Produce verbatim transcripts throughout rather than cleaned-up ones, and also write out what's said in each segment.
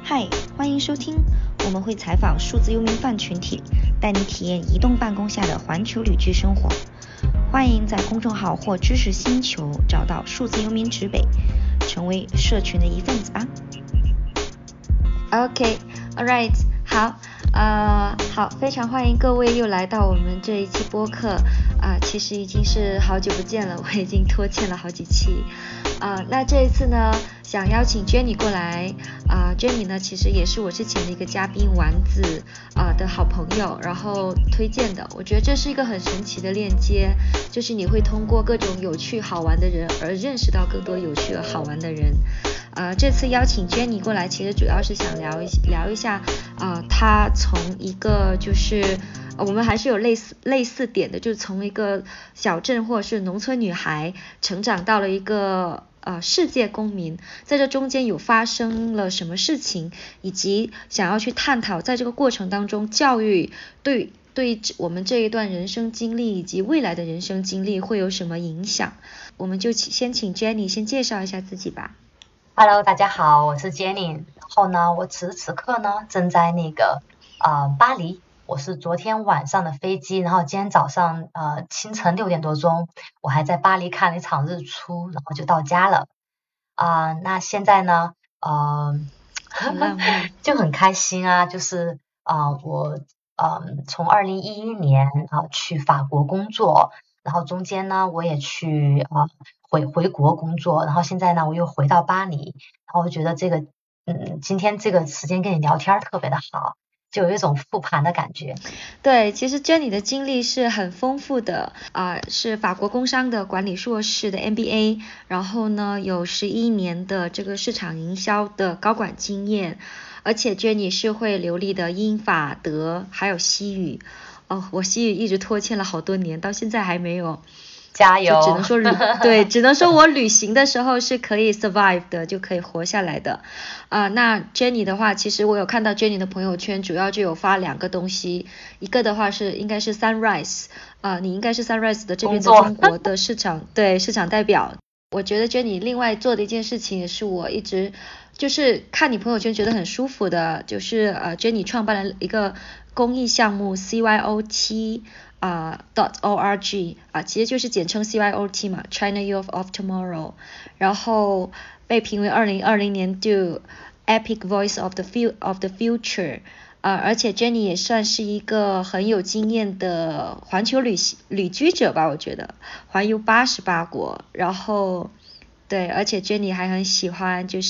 嗨，欢迎收听，我们会采访数字游民饭群体，带你体验移动办公下的环球旅居生活。欢迎在公众号或知识星球找到数字游民指北，成为社群的一份子吧。OK, alright, 好，呃，好，非常欢迎各位又来到我们这一期播客啊、呃，其实已经是好久不见了，我已经拖欠了好几期啊、呃。那这一次呢，想邀请 Jenny 过来啊、呃、，Jenny 呢其实也是我之前的一个嘉宾丸子啊、呃、的好朋友，然后推荐的。我觉得这是一个很神奇的链接，就是你会通过各种有趣好玩的人而认识到更多有趣和好玩的人。呃，这次邀请 Jenny 过来，其实主要是想聊一聊一下，啊、呃，她从一个就是、呃，我们还是有类似类似点的，就是从一个小镇或者是农村女孩，成长到了一个呃世界公民，在这中间有发生了什么事情，以及想要去探讨，在这个过程当中，教育对对我们这一段人生经历以及未来的人生经历会有什么影响？我们就先请 Jenny 先介绍一下自己吧。 Hello， 大家好，我是 Jenny。然后呢，我此时此刻呢正在那个呃巴黎，我是昨天晚上的飞机，然后今天早上呃清晨六点多钟，我还在巴黎看了一场日出，然后就到家了。啊、呃，那现在呢，呃， 好浪漫就很开心啊，就是啊、呃，我呃从二零一一年啊、呃、去法国工作。然后中间呢，我也去啊、呃、回回国工作，然后现在呢，我又回到巴黎，然后我觉得这个嗯，今天这个时间跟你聊天特别的好，就有一种复盘的感觉。 对，其实 Jenny 的经历是很丰富的啊、呃，是法国工商的管理硕士的 M B A， 然后呢有十一年的这个市场营销的高管经验，而且 Jenny 是会流利的英法德还有西语。哦，我西语一直拖欠了好多年，到现在还没有。 加油！ 就只能说旅对，只能说我旅行的时候是可以 survive 的，就可以活下来的。啊、呃，那 Jenny 的话，其实我有看到 Jenny 的朋友圈，主要就有发两个东西，一个的话是应该是 Sunrise， 啊、呃，你应该是 Sunrise 的这边的中国的市场对市场代表。我觉得 Jenny 另外做的一件事情也是我一直就是看你朋友圈觉得很舒服的，就是呃 Jenny 创办了一个公益项目 C Y O T 啊、呃、dot org 啊、呃，其实就是简称 C Y O T 嘛 ，China Youth of Tomorrow， 然后被评为二零二零年度 Epic Voice of the Fu of the Future。呃，而且 Jenny 也算是一个很有经验的环球旅旅居者吧，我觉得环游八十八国，然后对，而且 Jenny 还很喜欢就是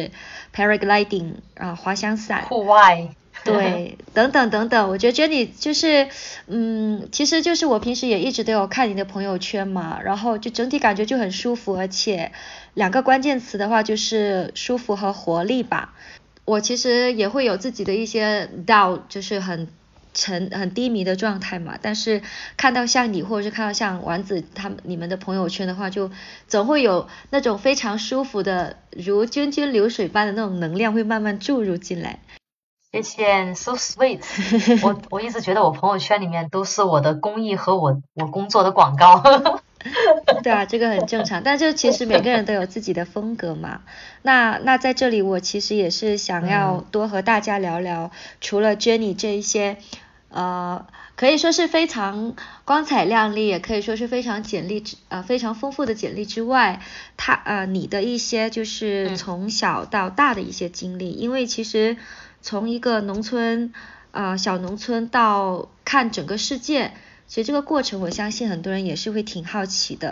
paragliding 啊、呃，滑翔伞， 户外， 对，等等等等，我觉得 Jenny 就是，嗯，其实就是我平时也一直都有看你的朋友圈嘛，然后就整体感觉就很舒服，而且两个关键词的话就是舒服和活力吧。我其实也会有自己的一些 doubt， 就是很沉很低迷的状态嘛，但是看到像你或者是看到像丸子他们你们的朋友圈的话，就总会有那种非常舒服的如涓涓流水般的那种能量会慢慢注入进来。 谢谢 ，so sweet 我。我一直觉得我朋友圈里面都是我的公益和我我工作的广告。 对啊，这个很正常，但就其实每个人都有自己的风格嘛。那那在这里，我其实也是想要多和大家聊聊，嗯、除了 Jenny 这一些，呃，可以说是非常光彩亮丽，也可以说是非常简历呃非常丰富的简历之外，他呃你的一些就是从小到大的一些经历，嗯、因为其实从一个农村呃小农村到看整个世界。其实这个过程，我相信很多人也是会挺好奇的。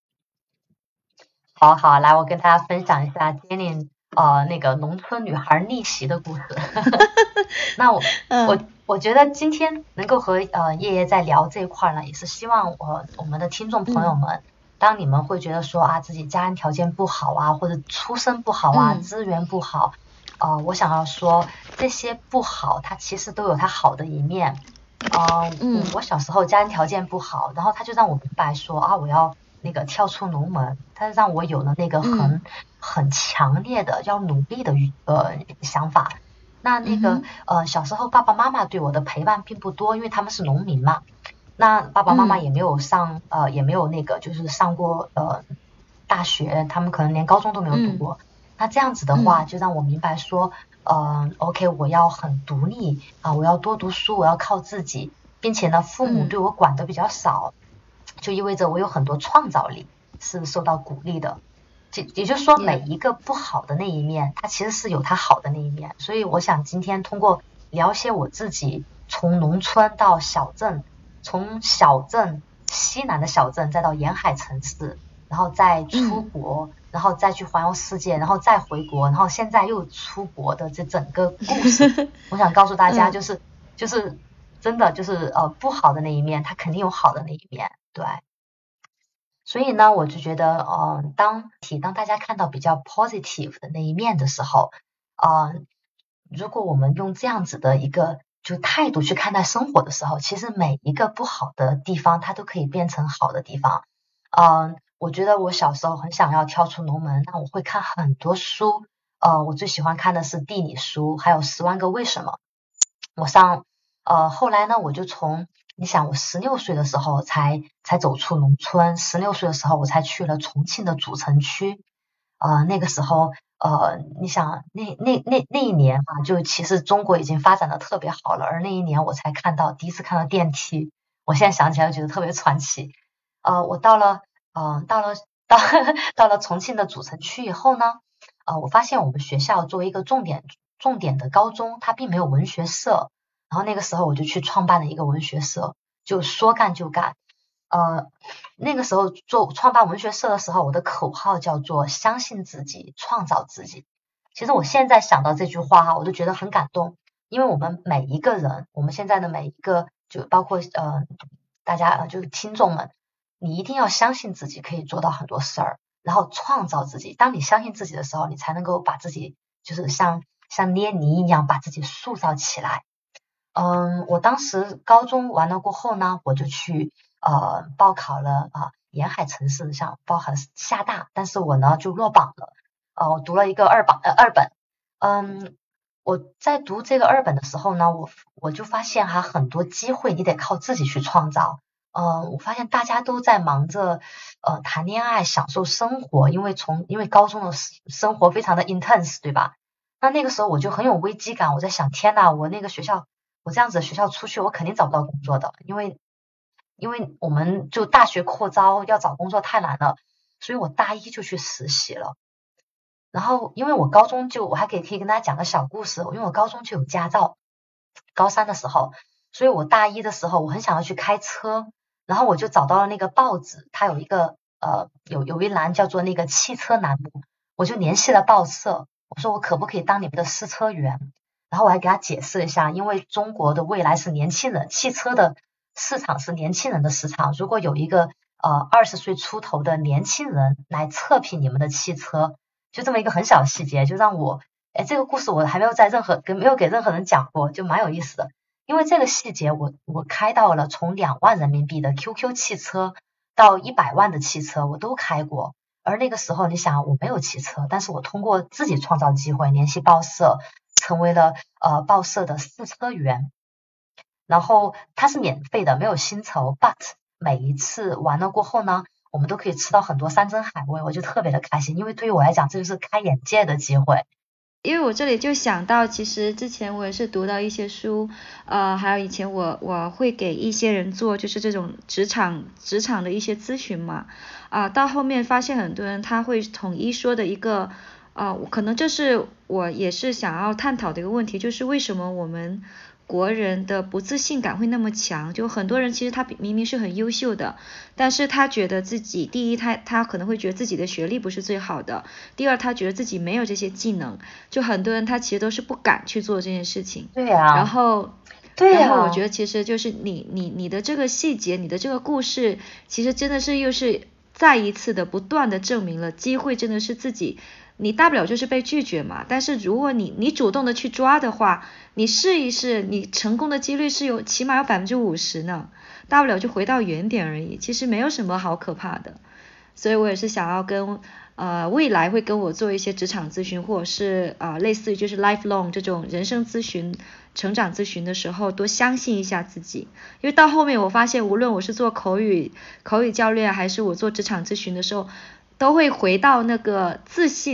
好好，来，我跟大家分享一下 Jenny 呃那个农村女孩逆袭的故事。那我、嗯、我我觉得今天能够和呃叶叶在聊这一块呢，也是希望我我们的听众朋友们，嗯、当你们会觉得说啊自己家庭条件不好啊，或者出身不好啊，嗯、资源不好，呃，我想要说这些不好，它其实都有它好的一面。呃、嗯，我小时候家庭条件不好，然后他就让我明白说啊，我要那个跳出农门，他让我有了那个很、嗯、很强烈的要努力的呃想法。那那个、嗯、呃小时候爸爸妈妈对我的陪伴并不多，因为他们是农民嘛。那爸爸妈妈也没有上、嗯、呃也没有那个就是上过呃大学，他们可能连高中都没有读过。嗯那这样子的话就让我明白说呃 OK 我要很独立啊，我要多读书，我要靠自己，并且呢父母对我管的比较少、嗯、就意味着我有很多创造力是受到鼓励的。也就是说每一个不好的那一面它其实是有它好的那一面。所以我想今天通过了解我自己从农村到小镇，从小镇西南的小镇再到沿海城市，然后再出国、嗯、然后再去环游世界，然后再回国，然后现在又出国的这整个故事我想告诉大家就是、嗯、就是真的就是呃不好的那一面它肯定有好的那一面。对，所以呢我就觉得呃当当大家看到比较 positive 的那一面的时候呃如果我们用这样子的一个就态度去看待生活的时候，其实每一个不好的地方它都可以变成好的地方。嗯，我觉得我小时候很想要跳出龙门，那我会看很多书，呃，我最喜欢看的是地理书，还有十万个为什么。我上呃后来呢我就从你想我十六岁的时候才才走出农村，十六岁的时候我才去了重庆的主城区。呃那个时候呃你想那那那那一年啊，就其实中国已经发展的特别好了，而那一年我才看到第一次看到电梯，我现在想起来就觉得特别传奇。呃我到了呃到了到到了重庆的主城区以后呢呃我发现我们学校作为一个重点重点的高中它并没有文学社，然后那个时候我就去创办了一个文学社，就说干就干。呃那个时候做创办文学社的时候，我的口号叫做相信自己创造自己。其实我现在想到这句话哈，我都觉得很感动，因为我们每一个人，我们现在的每一个就包括呃大家就是听众们，你一定要相信自己可以做到很多事儿，然后创造自己。当你相信自己的时候，你才能够把自己就是像像捏泥一样把自己塑造起来。嗯，我当时高中完了过后呢，我就去呃报考了啊、呃、沿海城市，像包含厦大，但是我呢就落榜了。呃，我读了一个二榜呃二本。嗯，我在读这个二本的时候呢，我我就发现哈，很多机会你得靠自己去创造。呃，我发现大家都在忙着呃谈恋爱，享受生活，因为从因为高中的生活非常的 intense， 对吧？那那个时候我就很有危机感，我在想，天哪，我那个学校。我这样子的学校出去我肯定找不到工作的，因为因为我们就大学扩招要找工作太难了，所以我大一就去实习了。然后因为我高中就我还可以可以跟大家讲个小故事，因为我高中就有驾照，高三的时候，所以我大一的时候我很想要去开车，然后我就找到了那个报纸，它有一个呃有有一栏叫做那个汽车栏目，我就联系了报社，我说我可不可以当你们的试车员。然后我还给他解释一下，因为中国的未来是年轻人，汽车的市场是年轻人的市场，如果有一个呃二十岁出头的年轻人来测评你们的汽车，就这么一个很小的细节，就让我哎这个故事我还没有在任何跟没有给任何人讲过，就蛮有意思的。因为这个细节我我开到了从两万人民币的 Q Q 汽车到一百万的汽车我都开过，而那个时候你想我没有汽车，但是我通过自己创造机会联系报社。成为了呃报社的试车员，然后它是免费的，没有薪酬 ，but 每一次完了过后呢，我们都可以吃到很多山珍海味，我就特别的开心，因为对于我来讲这就是开眼界的机会。 因为我这里就想到，其实之前我也是读到一些书，呃，还有以前我我会给一些人做就是这种职场职场的一些咨询嘛，啊、呃，到后面发现很多人他会统一说的一个。啊、呃，可能这是我也是想要探讨的一个问题，就是为什么我们国人的不自信感会那么强？就很多人其实他明明是很优秀的，但是他觉得自己第一他他可能会觉得自己的学历不是最好的，第二他觉得自己没有这些技能，就很多人他其实都是不敢去做这件事情。 对呀、啊。 然后。 对呀、啊。 然后我觉得其实就是你你你的这个细节，你的这个故事，其实真的是又是再一次的不断的证明了，机会真的是自己。你大不了就是被拒绝嘛，但是如果你你主动的去抓的话，你试一试，你成功的几率是有起码有百分之五十呢，大不了就回到原点而已，其实没有什么好可怕的。所以我也是想要跟呃未来会跟我做一些职场咨询，或者是呃类似于就是 lifelong 这种人生咨询、成长咨询的时候，多相信一下自己，因为到后面我发现，无论我是做口语口语教练，还是我做职场咨询的时候。都会回到那个自信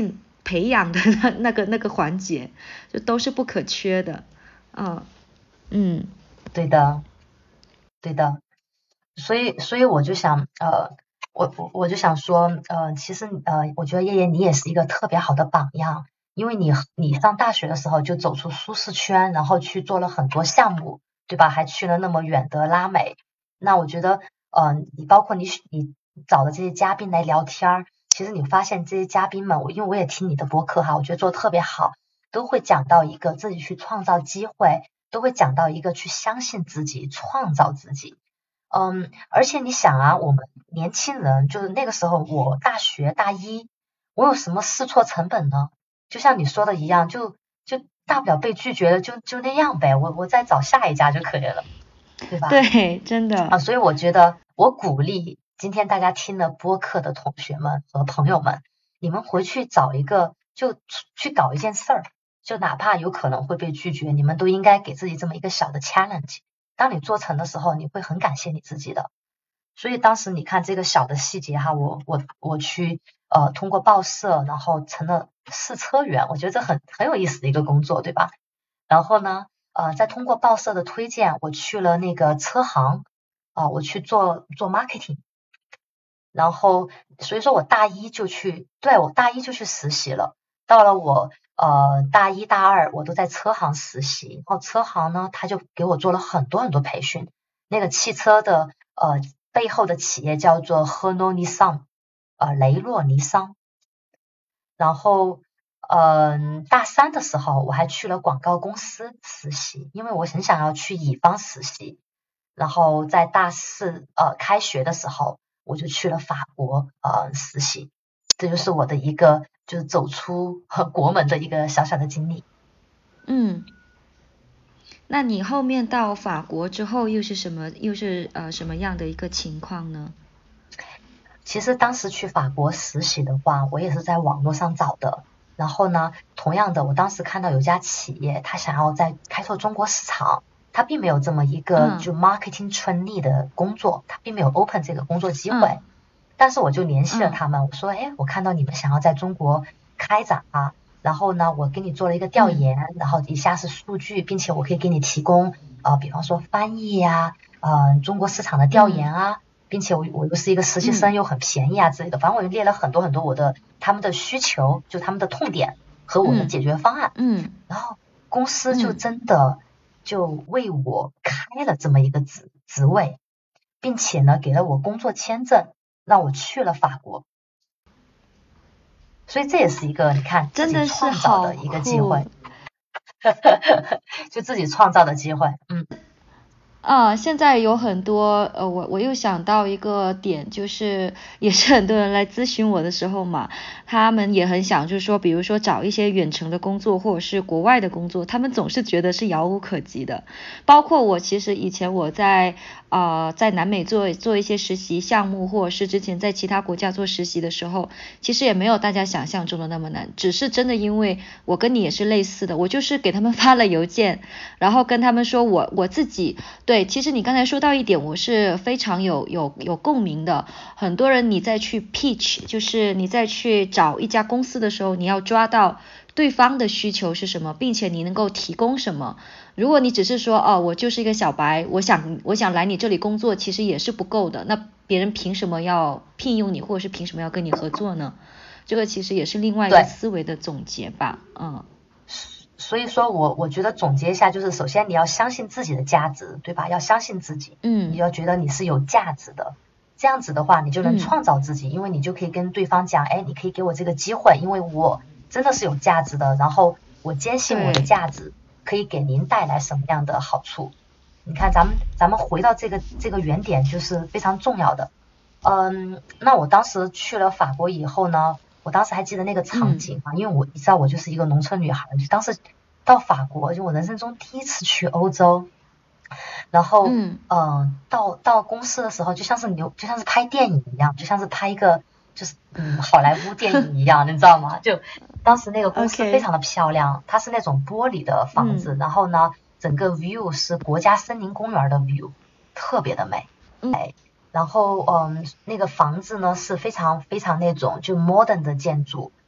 培养的那那个那个环节，就都是不可缺的。嗯嗯， 对的对的，所以所以我就想呃我我我就想说呃其实呃我觉得叶叶你也是一个特别好的榜样，因为你你上大学的时候就走出舒适圈，然后去做了很多项目，对吧？还去了那么远的拉美。那我觉得呃你包括你你找的这些嘉宾来聊天，其实你发现这些嘉宾们，我因为我也听你的播客哈，我觉得做的特别好，都会讲到一个自己去创造机会，都会讲到一个去相信自己，创造自己。嗯，而且你想啊，我们年轻人就是那个时候，我大学大一，我有什么试错成本呢？就像你说的一样，就就大不了被拒绝了，就就那样呗，我我再找下一家就可以了，对吧？ 对，真的啊，所以我觉得我鼓励今天大家听了播客的同学们和朋友们，你们回去找一个就去搞一件事儿，就哪怕有可能会被拒绝，你们都应该给自己这么一个小的 challenge。当你做成的时候，你会很感谢你自己的。所以当时你看这个小的细节哈，我我我去呃通过报社，然后成了试车员，我觉得这很很有意思的一个工作，对吧？然后呢，呃，再通过报社的推荐，我去了那个车行啊、呃，我去做做 marketing。然后所以说我大一就去，对我大一就去实习了。到了我呃大一大二，我都在车行实习。然后车行呢，他就给我做了很多很多培训。那个汽车的呃背后的企业叫做 Renault Nissan， 呃雷诺尼桑。然后嗯、呃，大三的时候我还去了广告公司实习，因为我很想要去乙方实习。然后在大四呃开学的时候，我就去了法国呃实习。这就是我的一个就是走出和国门的一个小小的经历。 嗯，那你后面到法国之后又是什么又是呃什么样的一个情况呢？ 其实当时去法国实习的话，我也是在网络上找的。然后呢，同样的，我当时看到有家企业，他想要在开拓中国市场，他并没有这么一个就 marketing trainee 的工作，他并没有 open 这个工作机会。但是我就联系了他们，我说，哎，我看到你们想要在中国开展啊，然后呢，我给你做了一个调研，然后以下是数据，并且我可以给你提供呃，比方说翻译呀、呃，中国市场的调研啊。并且我我又是一个实习生，又很便宜啊之类的，反正我就列了很多很多我的他们的需求，就他们的痛点和我的解决方案。 嗯， 然后公司就真的就为我开了这么一个职职位，并且呢给了我工作签证，让我去了法国。所以这也是一个你看自己创造的一个机会，就自己创造的机会，嗯。 啊，现在有很多呃，我我又想到一个点，就是也是很多人来咨询我的时候嘛，他们也很想就是说，比如说找一些远程的工作或者是国外的工作，他们总是觉得是遥无可及的。包括我其实以前我在呃在南美做做一些实习项目，或者是之前在其他国家做实习的时候，其实也没有大家想象中的那么难，只是真的因为我跟你也是类似的，我就是给他们发了邮件，然后跟他们说我我自己对。对，其实你刚才说到一点，我是非常有有有共鸣的。很多人你再去 pitch， 就是你再去找一家公司的时候，你要抓到对方的需求是什么，并且你能够提供什么。如果你只是说哦，我就是一个小白，我想我想来你这里工作，其实也是不够的。那别人凭什么要聘用你，或者是凭什么要跟你合作呢？这个其实也是另外一个思维的总结吧，嗯。 所以说我我觉得总结一下，就是首先你要相信自己的价值，对吧？要相信自己， 嗯， 你要觉得你是有价值的，这样子的话，你就能创造自己，嗯、因为你就可以跟对方讲，哎，你可以给我这个机会，因为我真的是有价值的，然后我坚信我的价值可以给您带来什么样的好处。你看，咱们咱们回到这个这个原点，就是非常重要的。嗯，那我当时去了法国以后呢？我当时还记得那个场景啊，嗯、因为我你知道我就是一个农村女孩，就当时到法国，就我人生中第一次去欧洲，然后嗯、呃，到到公司的时候，就像是牛，就像是拍电影一样，就像是拍一个就是嗯好莱坞电影一样，你知道吗？就当时那个公司非常的漂亮， okay. 它是那种玻璃的房子，嗯、然后呢，整个 view 是国家森林公园的 view， 特别的美，哎。嗯然后，嗯，那个房子呢是非常非常那种就 modern 的建筑，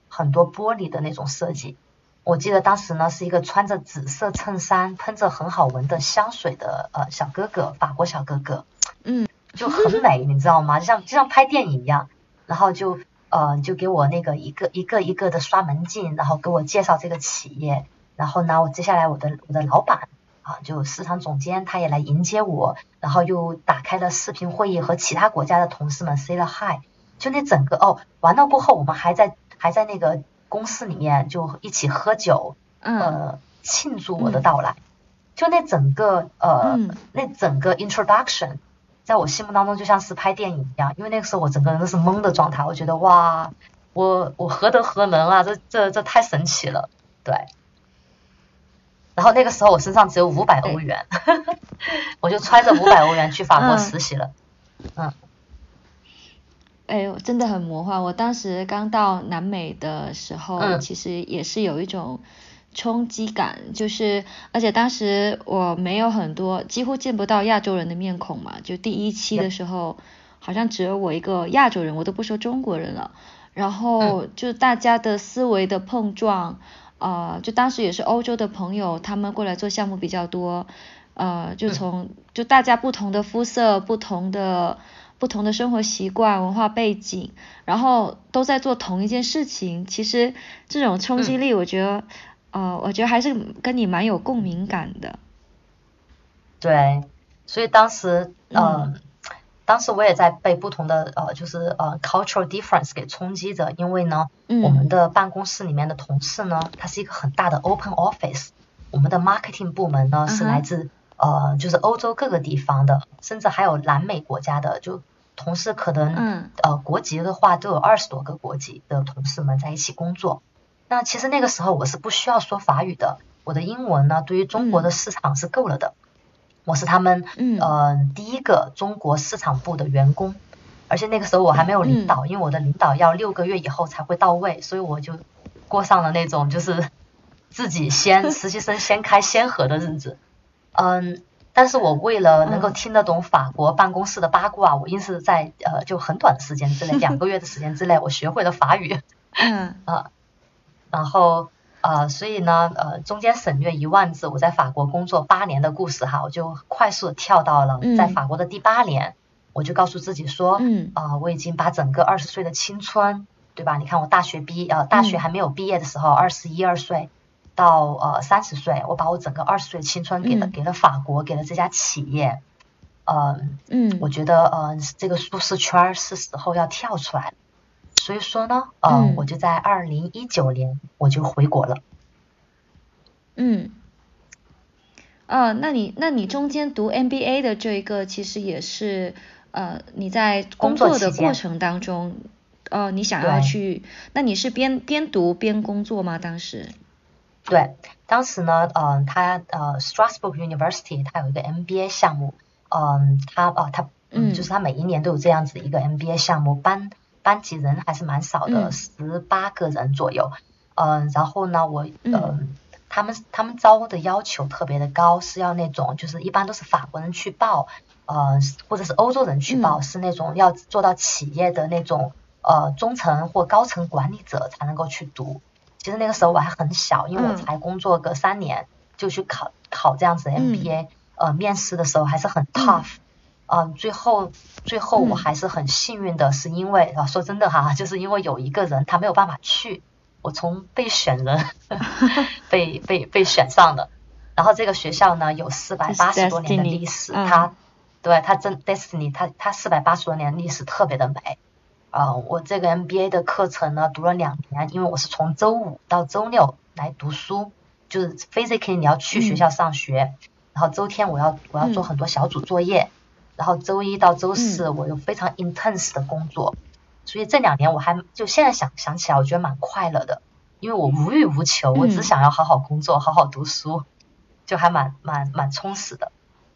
很多玻璃的那种设计。我记得当时呢是一个穿着紫色衬衫喷着很好闻的香水的呃小哥哥，法国小哥哥， 嗯， 就很美你知道吗，就像就像拍电影一样，然后就呃就给我那个一个一个一个的刷门禁，然后给我介绍这个企业，然后呢我接下来我的我的老板啊就市场总监他也来迎接我，然后又打开了视频会议和其他国家的同事们 say 了 hi， 就那整个哦完了过后我们还在还在那个公司里面就一起喝酒，呃，庆祝我的到来，嗯、就那整个呃、嗯，那整个 introduction， 在我心目当中就像是拍电影一样，因为那个时候我整个人都是懵的状态，我觉得哇，我我何德何能啊，这这这太神奇了，对。然后那个时候我身上只有五百欧元，我就揣着五百欧元去法国实习了，嗯。嗯哎呦，真的很魔幻！我当时刚到南美的时候， 嗯、 其实也是有一种冲击感，就是而且当时我没有很多，几乎见不到亚洲人的面孔嘛。就第一期的时候，好像只有我一个亚洲人，我都不说中国人了。然后就大家的思维的碰撞，呃，就当时也是欧洲的朋友，他们过来做项目比较多，呃，就从就大家不同的肤色，不同的。不同的生活习惯、文化背景，然后都在做同一件事情。其实这种冲击力，我觉得，嗯、呃，我觉得还是跟你蛮有共鸣感的。 对，所以当时，呃，嗯、当时我也在被不同的呃，就是呃 cultural difference 给冲击着，因为呢， 嗯、 我们的办公室里面的同事呢，它是一个很大的 open office， 我们的 marketing 部门呢、uh huh. 是来自呃，就是欧洲各个地方的，甚至还有南美国家的，就同事可能、 嗯、 呃国籍的话都有二十多个国籍的同事们在一起工作。那其实那个时候我是不需要说法语的，我的英文呢对于中国的市场是够了的。嗯我是他们呃第一个中国市场部的员工，而且那个时候我还没有领导， 嗯、 因为我的领导要六个月以后才会到位，所以我就过上了那种就是自己先实习生先开先河的日子。嗯，但是我为了能够听得懂法国办公室的八卦，我硬是在呃就很短的时间之内，两个月的时间之内，我学会了法语。 嗯啊，然后。呃，所以呢，呃，中间省略一万字，我在法国工作八年的故事哈，我就快速的跳到了在法国的第八年，嗯、我就告诉自己说， 嗯， 啊、呃，我已经把整个二十岁的青春，对吧？你看我大学毕呃大学还没有毕业的时候，二十一二岁到呃三十岁，我把我整个二十岁的青春给了、嗯、给了法国，给了这家企业，呃， 嗯， 我觉得呃这个舒适圈是时候要跳出来。所以说呢，呃，嗯、我就在二零一九年我就回国了。 嗯，哦，那你那你中间读 M B A 的这一个，其实也是呃你在工作的过程当中，哦、呃，你想要去，那你是边边读边工作吗？当时？ 对，当时呢，嗯、呃，他呃 Strasbourg University 它有一个 M B A 项目，嗯、呃，它啊它嗯，就是它每一年都有这样子一个 M B A 项目，班班级人还是蛮少的，十八、嗯、个人左右，嗯、呃，然后呢，我嗯、呃，他们他们招的要求特别的高，是要那种就是一般都是法国人去报，呃，或者是欧洲人去报，嗯、是那种要做到企业的那种呃中层或高层管理者才能够去读。其实那个时候我还很小，因为我才工作个三年，嗯、就去考考这样子的 M B A，、嗯、呃，面试的时候还是很 tough，嗯、呃，最后最后我还是很幸运的，是因为啊、嗯、说真的哈，就是因为有一个人他没有办法去，我从被选人被被被选上了，然后这个学校呢有四百八十多年的历史，它、嗯、对它真 Destiny， 它它四百八十多年历史特别的美。呃，我这个 M B A 的课程呢读了两年，因为我是从周五到周六来读书，就是 physically 你要去学校上学，嗯、然后周天我要我要做很多小组作业，嗯、然后周一到周四我有非常 intense 的工作，嗯、所以这两年我还就现在想想起来，我觉得蛮快乐的，因为我无欲无求，我只想要好好工作，嗯、好好读书，就还蛮蛮蛮充实的。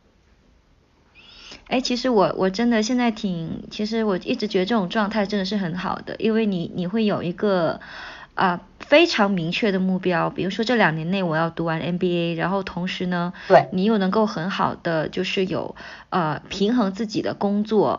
哎，其实我我真的现在挺，其实我一直觉得这种状态真的是很好的，因为你你会有一个啊、呃、非常明确的目标，比如说这两年内我要读完 M B A， 然后同时呢， 对， 你又能够很好的就是有呃平衡自己的工作，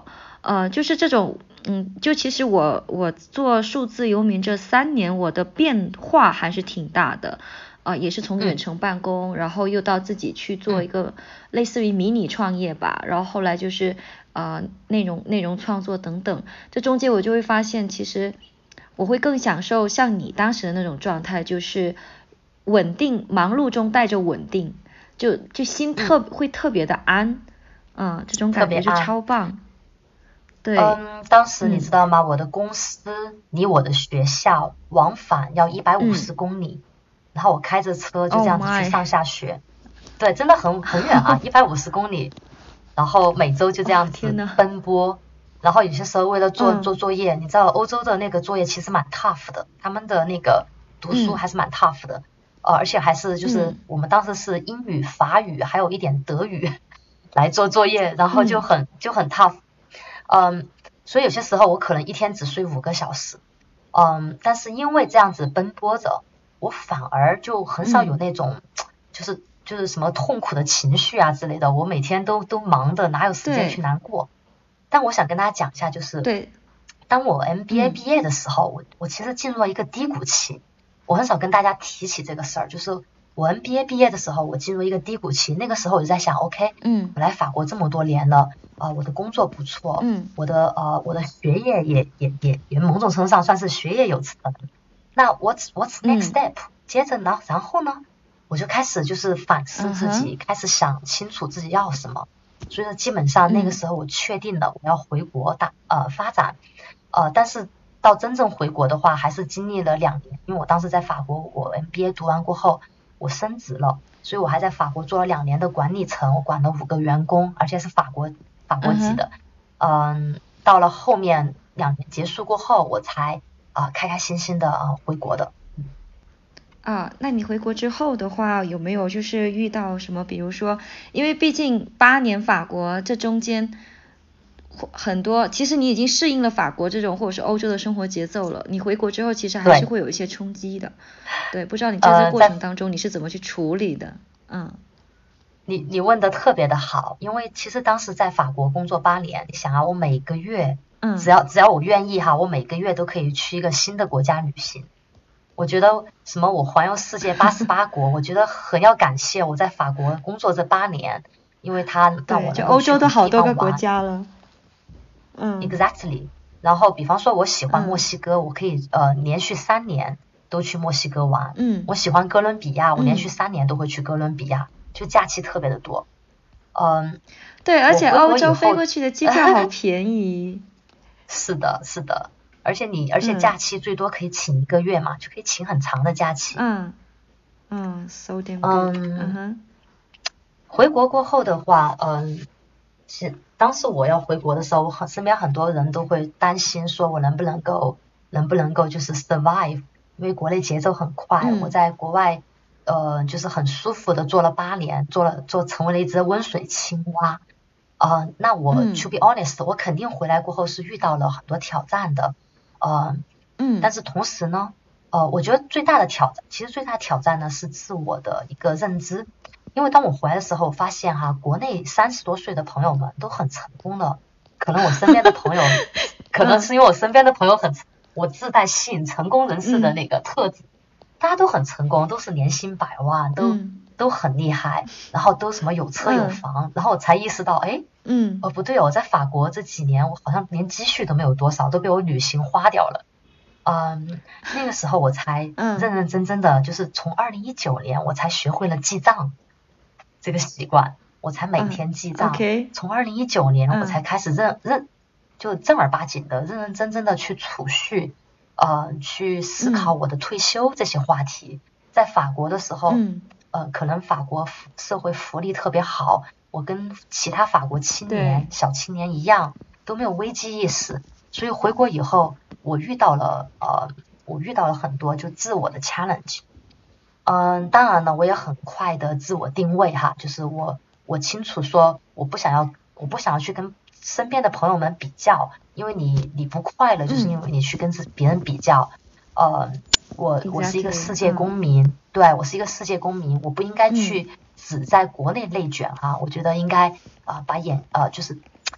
呃，就是这种，嗯，就其实我我做数字游民这三年，我的变化还是挺大的，呃，也是从远程办公，嗯、然后又到自己去做一个类似于迷你创业吧，嗯、然后后来就是呃内容内容创作等等，这中间我就会发现，其实我会更享受像你当时的那种状态，就是稳定，忙碌中带着稳定，就就心特、嗯、会特别的安，嗯，这种感觉就超棒。对， 嗯，当时你知道吗？嗯、我的公司离我的学校往返要一百五十公里，嗯、然后我开着车就这样子去上下学， oh、对，真的很很远啊，一百五十公里，然后每周就这样子奔波，哦、然后有些时候为了做、嗯、做作业，你知道欧洲的那个作业其实蛮 tough 的，他们的那个读书还是蛮 tough 的，嗯、呃，而且还是就是我们当时是英语、法语还有一点德语来做作业，然后就很、嗯、就很 tough。嗯，所以有些时候我可能一天只睡五个小时，嗯，但是因为这样子奔波着，我反而就很少有那种，嗯、就是就是什么痛苦的情绪啊之类的。我每天都都忙的，哪有时间去难过？但我想跟大家讲一下，就是对， 当我 M B A 毕业的时候，嗯、我我其实进入了一个低谷期，我很少跟大家提起这个事儿，就是我 M B A 毕业的时候，我进入一个低谷期，那个时候我就在想 ，OK， 嗯，我来法国这么多年了。啊、呃，我的工作不错，嗯，我的呃，我的学业也也也也某种程度上算是学业有成。那 what's what's next step？、嗯、接着呢，然后呢，我就开始就是反思自己，嗯、开始想清楚自己要什么。所以说，基本上那个时候我确定了我要回国打呃发展，呃，但是到真正回国的话，还是经历了两年，因为我当时在法国，我 M B A 读完过后，我升职了，所以我还在法国做了两年的管理层，我管了五个员工，而且是法国。法国籍的，嗯，到了后面两年结束过后，我才啊、呃、开开心心的啊、呃、回国的。 啊，那你回国之后的话，有没有就是遇到什么？比如说，因为毕竟八年法国，这中间很多，其实你已经适应了法国这种或者是欧洲的生活节奏了。你回国之后，其实还是会有一些冲击的。对，不知道你在这过程当中你是怎么去处理的？呃、嗯。 你你问的特别的好，因为其实当时在法国工作八年，你想啊，我每个月，嗯，只要只要我愿意哈，我每个月都可以去一个新的国家旅行。我觉得什么我环游世界八十八国，我觉得很要感谢我在法国工作这八年，因为它让我能够去欧洲的好多个国家了。嗯 ，exactly。然后比方说我喜欢墨西哥，嗯、我可以呃连续三年都去墨西哥玩。嗯，我喜欢哥伦比亚，我连续三年都会去哥伦比亚。嗯，就假期特别的多，嗯， 对，而且欧洲飞过去的机票好便宜。 是的，是的，而且你而且假期最多可以请一个月嘛，嗯、就可以请很长的假期。 嗯嗯 ，so damn good。 嗯哼。回国过后的话，嗯，是当时我要回国的时候，我身边很多人都会担心，说我能不能够能不能够就是 survive， 因为国内节奏很快，嗯、我在国外。呃，就是很舒服的做了八年，做了做成为了一只温水青蛙。呃，那我、嗯、to be honest， 我肯定回来过后是遇到了很多挑战的。呃，嗯，但是同时呢，呃，我觉得最大的挑战，其实最大的挑战呢是自我的一个认知。因为当我回来的时候，我发现哈，国内三十多岁的朋友们都很成功了。可能我身边的朋友，可能是因为我身边的朋友很，我自带吸引成功人士的那个特质。嗯，大家都很成功，都是年薪百万，都、嗯、都很厉害，然后都什么有车有房，嗯、然后我才意识到，哎，嗯，哦不对哦，我在法国这几年我好像连积蓄都没有多少，都被我旅行花掉了。嗯，那个时候我才认认真真的，就是从二零一九年我才学会了记账这个习惯，我才每天记账。 嗯 okay、 从二零一九年我才开始认认，就正儿八经的认认真真的去储蓄。呃，去思考我的退休这些话题。嗯、在法国的时候，嗯、呃，可能法国社会福利特别好，我跟其他法国青年、小青年一样，都没有危机意识。所以回国以后，我遇到了呃，我遇到了很多就自我的 challenge。嗯，当然了，我也很快的自我定位哈，就是我我清楚说，我不想要，我不想要去跟身边的朋友们比较，因为你你不快乐，就是因为你去跟别人比较。嗯、呃，我 exactly, 我是一个世界公民，嗯、对我是一个世界公民，我不应该去只在国内内卷哈、啊，我觉得应该啊、呃、把眼呃就是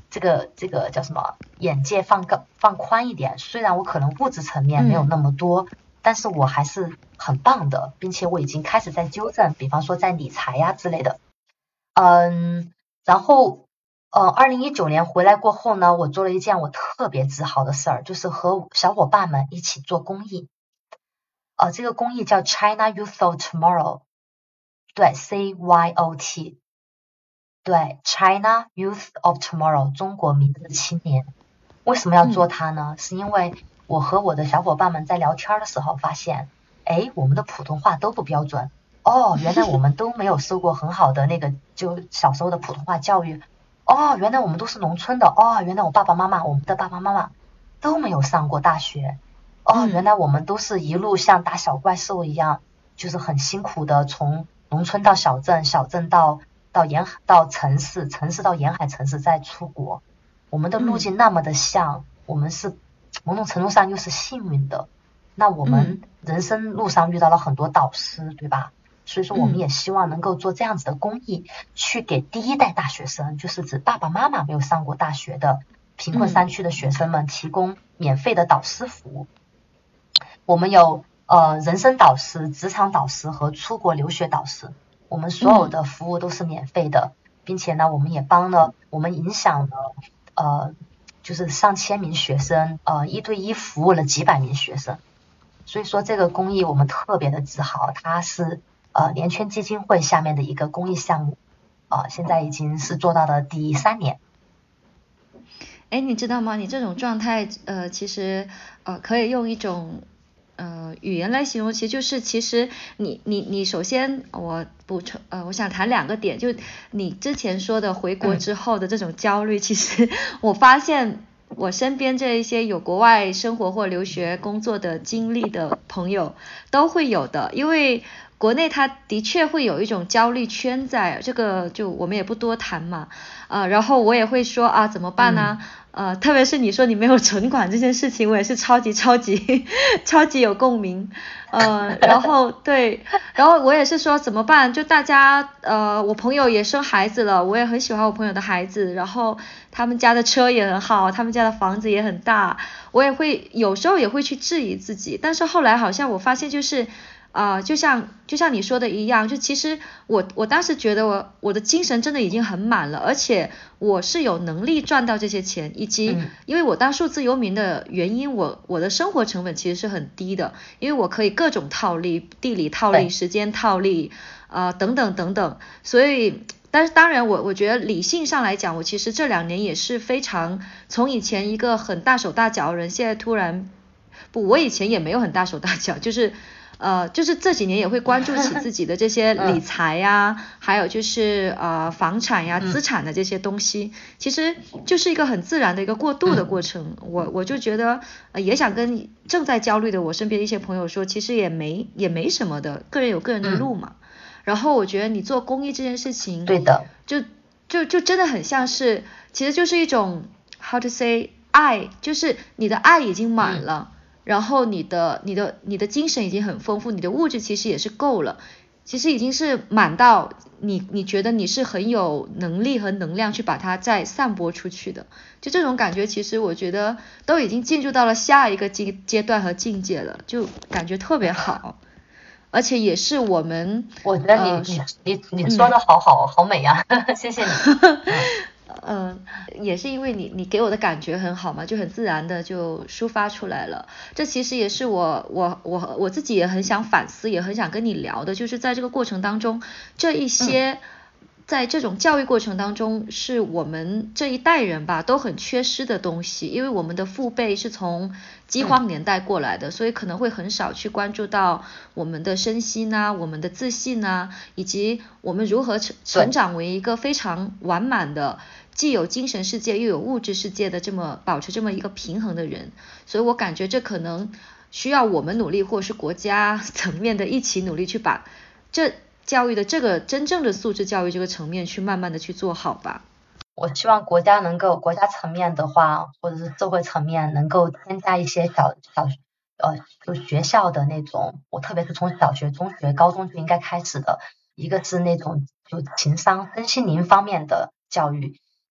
这个这个叫什么眼界放高放宽一点，虽然我可能物质层面没有那么多、嗯、但是我还是很棒的，并且我已经开始在纠正，比方说在理财呀之类的。嗯，然后呃二零一九年回来过后呢，我做了一件我特别自豪的事儿，就是和小伙伴们一起做公益。呃这个公益叫 China Youth of Tomorrow， 对 C Y O T， 对 China Youth of Tomorrow， 中国明日青年。为什么要做它呢、嗯、是因为我和我的小伙伴们在聊天的时候发现，诶我们的普通话都不标准哦，原来我们都没有受过很好的那个就小时候的普通话教育哦，原来我们都是农村的哦，原来我爸爸妈妈我们的爸爸妈妈都没有上过大学哦，原来我们都是一路像打小怪兽一样，就是很辛苦的从农村到小镇，小镇到到沿到城市，城市到沿海城市再出国，我们的路径那么的像、嗯、我们是某种程度上又是幸运的。那我们人生路上遇到了很多导师、嗯、对吧，所以说我们也希望能够做这样子的公益、嗯、去给第一代大学生，就是指爸爸妈妈没有上过大学的贫困山区的学生们提供免费的导师服务、嗯、我们有呃人生导师、职场导师和出国留学导师，我们所有的服务都是免费的、嗯、并且呢我们也帮了我们影响了呃就是上千名学生，呃一对一服务了几百名学生，所以说这个公益我们特别的自豪，它是呃联圈基金会下面的一个公益项目，呃现在已经是做到了第三年。 哎，你知道吗？你这种状态，呃，其实呃可以用一种呃语言来形容，其实就是其实你你你首先我补充呃我想谈两个点，就你之前说的回国之后的这种焦虑，嗯、其实我发现我身边这一些有国外生活或留学工作的经历的朋友都会有的，因为国内它的确会有一种焦虑圈在，这个就我们也不多谈嘛，呃，然后我也会说啊怎么办呢、嗯？呃，特别是你说你没有存款这件事情，我也是超级超级超级有共鸣，呃，然后对，然后我也是说怎么办？就大家呃，我朋友也生孩子了，我也很喜欢我朋友的孩子，然后他们家的车也很好，他们家的房子也很大，我也会有时候也会去质疑自己，但是后来好像我发现就是。啊、呃，就像就像你说的一样，就其实我我当时觉得我我的精神真的已经很满了，而且我是有能力赚到这些钱，以及、嗯、因为我当数字游民的原因，我我的生活成本其实是很低的，因为我可以各种套利，地理套利、时间套利啊、呃、等等等等，所以。但是当然我我觉得理性上来讲，我其实这两年也是非常从以前一个很大手大脚的人，现在突然不，我以前也没有很大手大脚，就是呃，就是这几年也会关注起自己的这些理财呀、嗯，还有就是呃房产呀、资产的这些东西，嗯、其实就是一个很自然的一个过渡的过程。嗯、我我就觉得、呃、也想跟正在焦虑的我身边的一些朋友说，其实也没也没什么的，个人有个人的路嘛。嗯、然后我觉得你做公益这件事情， 对的， 就就就真的很像是，其实就是一种 how to say 爱，就是你的爱已经满了。嗯然后你的你的你的精神已经很丰富，你的物质其实也是够了，其实已经是满到你你觉得你是很有能力和能量去把它再散播出去的，就这种感觉其实我觉得都已经进入到了下一个阶阶段和境界了，就感觉特别好，而且也是我们我觉得你、呃、你你你说的好好、嗯、好美啊谢谢你嗯，也是因为你你给我的感觉很好嘛，就很自然的就抒发出来了。这其实也是我我我我自己也很想反思，也很想跟你聊的，就是在这个过程当中，这一些、嗯、在这种教育过程当中，是我们这一代人吧都很缺失的东西，因为我们的父辈是从饥荒年代过来的、嗯、所以可能会很少去关注到我们的身心啊，我们的自信啊，以及我们如何成成长为一个非常完满的既有精神世界又有物质世界的这么保持这么一个平衡的人，所以我感觉这可能需要我们努力，或是国家层面的一起努力去把这教育的这个真正的素质教育这个层面去慢慢的去做好吧。 我希望国家能够国家层面的话，或者是社会层面能够添加一些小小呃就学校的那种，我特别是从小学、中学、高中就应该开始的，一个是那种就情商、身心灵方面的教育。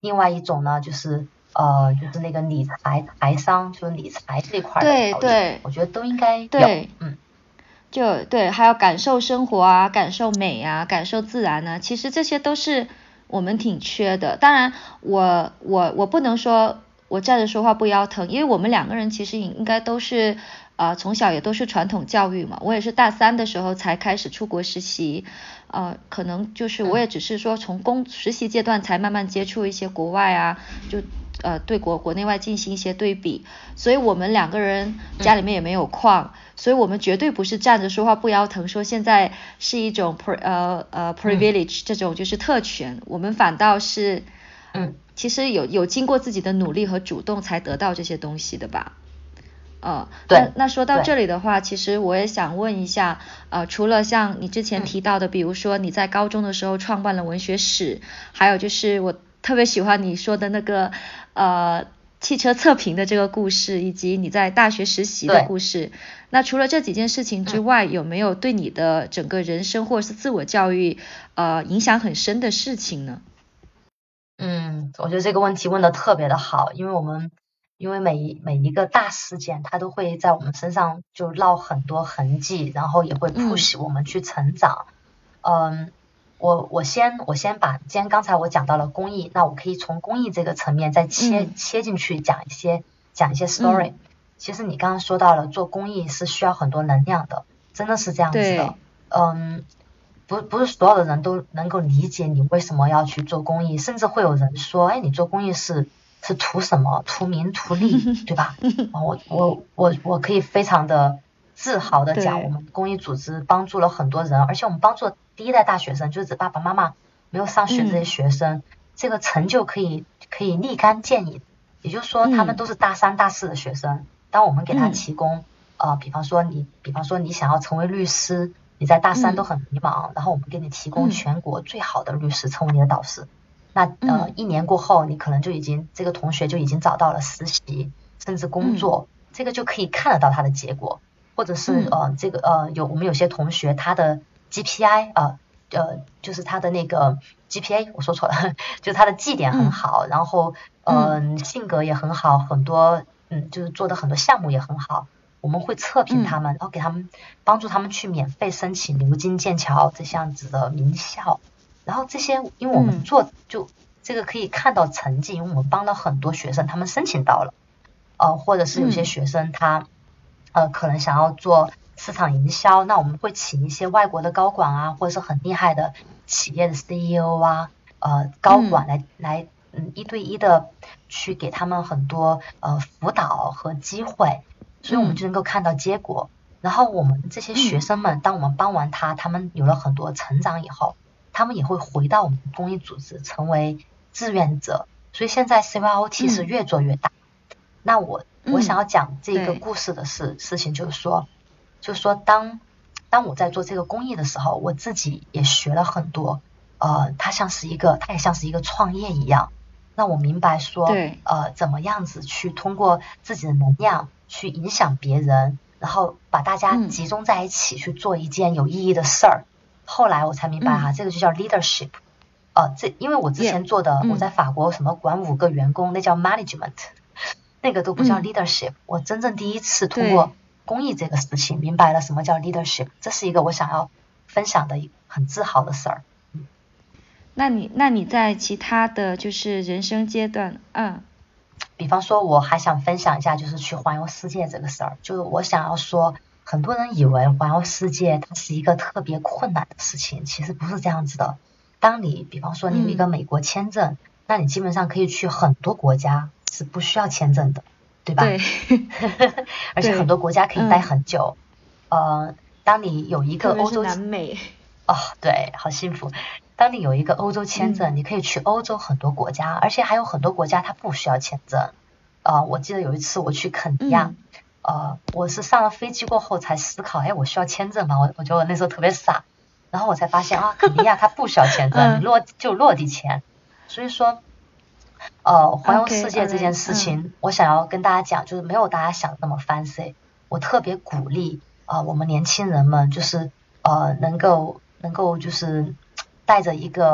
另外一种呢就是呃就是那个理财财商，就是理财这一块的对对， 我觉得都应该有。 对， 嗯， 就对，还有感受生活啊，感受美啊，感受自然啊，其实这些都是我们挺缺的。当然我我我不能说我站着说话不腰疼，因为我们两个人其实应该都是呃从小也都是传统教育嘛，我也是大三的时候才开始出国实习，呃可能就是我也只是说从工实习阶段才慢慢接触一些国外啊，就呃对国国内外进行一些对比，所以我们两个人家里面也没有矿，所以我们绝对不是站着说话不腰疼，说现在是一种 pre 呃呃 privilege 这种就是特权，我们反倒是嗯， 其实有有经过自己的努力和主动才得到这些东西的吧。呃， 那那说到这里的话，其实我也想问一下，呃，除了像你之前提到的，嗯、比如说你在高中的时候创办了文学史，还有就是我特别喜欢你说的那个呃汽车测评的这个故事，以及你在大学实习的故事。那除了这几件事情之外，嗯、有没有对你的整个人生或者是自我教育呃影响很深的事情呢？ 嗯，我觉得这个问题问得特别的好，因为我们。因为每每一个大事件，它都会在我们身上就烙很多痕迹，然后也会 push 我们去成长。嗯，嗯我我先我先把，既然刚才我讲到了公益，那我可以从公益这个层面再切、嗯、切进去讲一些讲一些 story、嗯。其实你刚刚说到了，做公益是需要很多能量的，真的是这样子的。嗯，不不是所有的人都能够理解你为什么要去做公益，甚至会有人说，哎，你做公益是。是图什么？图名图利，对吧？我我我我可以非常的自豪的讲，我们公益组织帮助了很多人，而且我们帮助第一代大学生，就是指爸爸妈妈没有上学这些学生，嗯、这个成就可以可以立竿见影。也就是说，他们都是大三大四的学生，当我们给他提供、嗯、呃，比方说你，比方说你想要成为律师，你在大三都很迷茫，嗯、然后我们给你提供全国最好的律师，成为你的导师。那呃，一年过后，你可能就已经这个同学就已经找到了实习，甚至工作，嗯、这个就可以看得到他的结果，或者是、嗯、呃，这个呃，有我们有些同学他的 G P I 啊、呃，呃，就是他的那个 G P A， 我说错了，就是他的绩点很好，嗯、然后呃、嗯，性格也很好，很多嗯，就是做的很多项目也很好，我们会测评他们，嗯、然后给他们帮助他们去免费申请牛津、剑桥这样子的名校。然后这些，因为我们做就这个可以看到成绩，因为我们帮了很多学生，他们申请到了，呃，或者是有些学生他，呃，可能想要做市场营销，那我们会请一些外国的高管啊，或者是很厉害的企业的 C E O 啊，呃，高管来来，嗯，一对一的去给他们很多呃辅导和机会，所以我们就能够看到结果。然后我们这些学生们，当我们帮完他，他们有了很多成长以后。他们也会回到我们公益组织成为志愿者，所以现在 C Y O T 是越做越大。嗯、那我我想要讲这个故事的事、嗯、事情，就是说，就是说当当我在做这个公益的时候，我自己也学了很多，呃，它像是一个，它也像是一个创业一样，让我明白说，呃，怎么样子去通过自己的能量去影响别人，然后把大家集中在一起去做一件有意义的事儿。嗯后来我才明白哈，嗯、这个就叫 leadership， 呃，这因为我之前做的， yeah, 我在法国什么管五个员工，嗯、那叫 management， 那个都不叫 leadership，嗯。我真正第一次通过公益这个事情，明白了什么叫 leadership， 这是一个我想要分享的很自豪的事儿。嗯， 那你那你在其他的就是人生阶段，嗯， 比方说我还想分享一下，就是去环游世界这个事儿，就是我想要说。很多人以为环游世界它是一个特别困难的事情，其实不是这样子的。当你比方说你有一个美国签证，嗯、那你基本上可以去很多国家是不需要签证的，对吧？ 对。 而且很多国家可以待很久。嗯、呃，当你有一个欧洲， 南美。 哦，对，好幸福。当你有一个欧洲签证，嗯、你可以去欧洲很多国家，而且还有很多国家它不需要签证。呃，我记得有一次我去肯尼亚。嗯呃，我是上了飞机过后才思考，哎，我需要签证吗？我我觉得那时候特别傻，然后我才发现啊，肯尼亚它不需要签证，嗯、你落就落地签。所以说，呃，环游世界这件事情， okay, right, 我想要跟大家讲，就是没有大家想的那么 fancy。我特别鼓励啊、呃，我们年轻人们就是呃，能够能够就是带着一个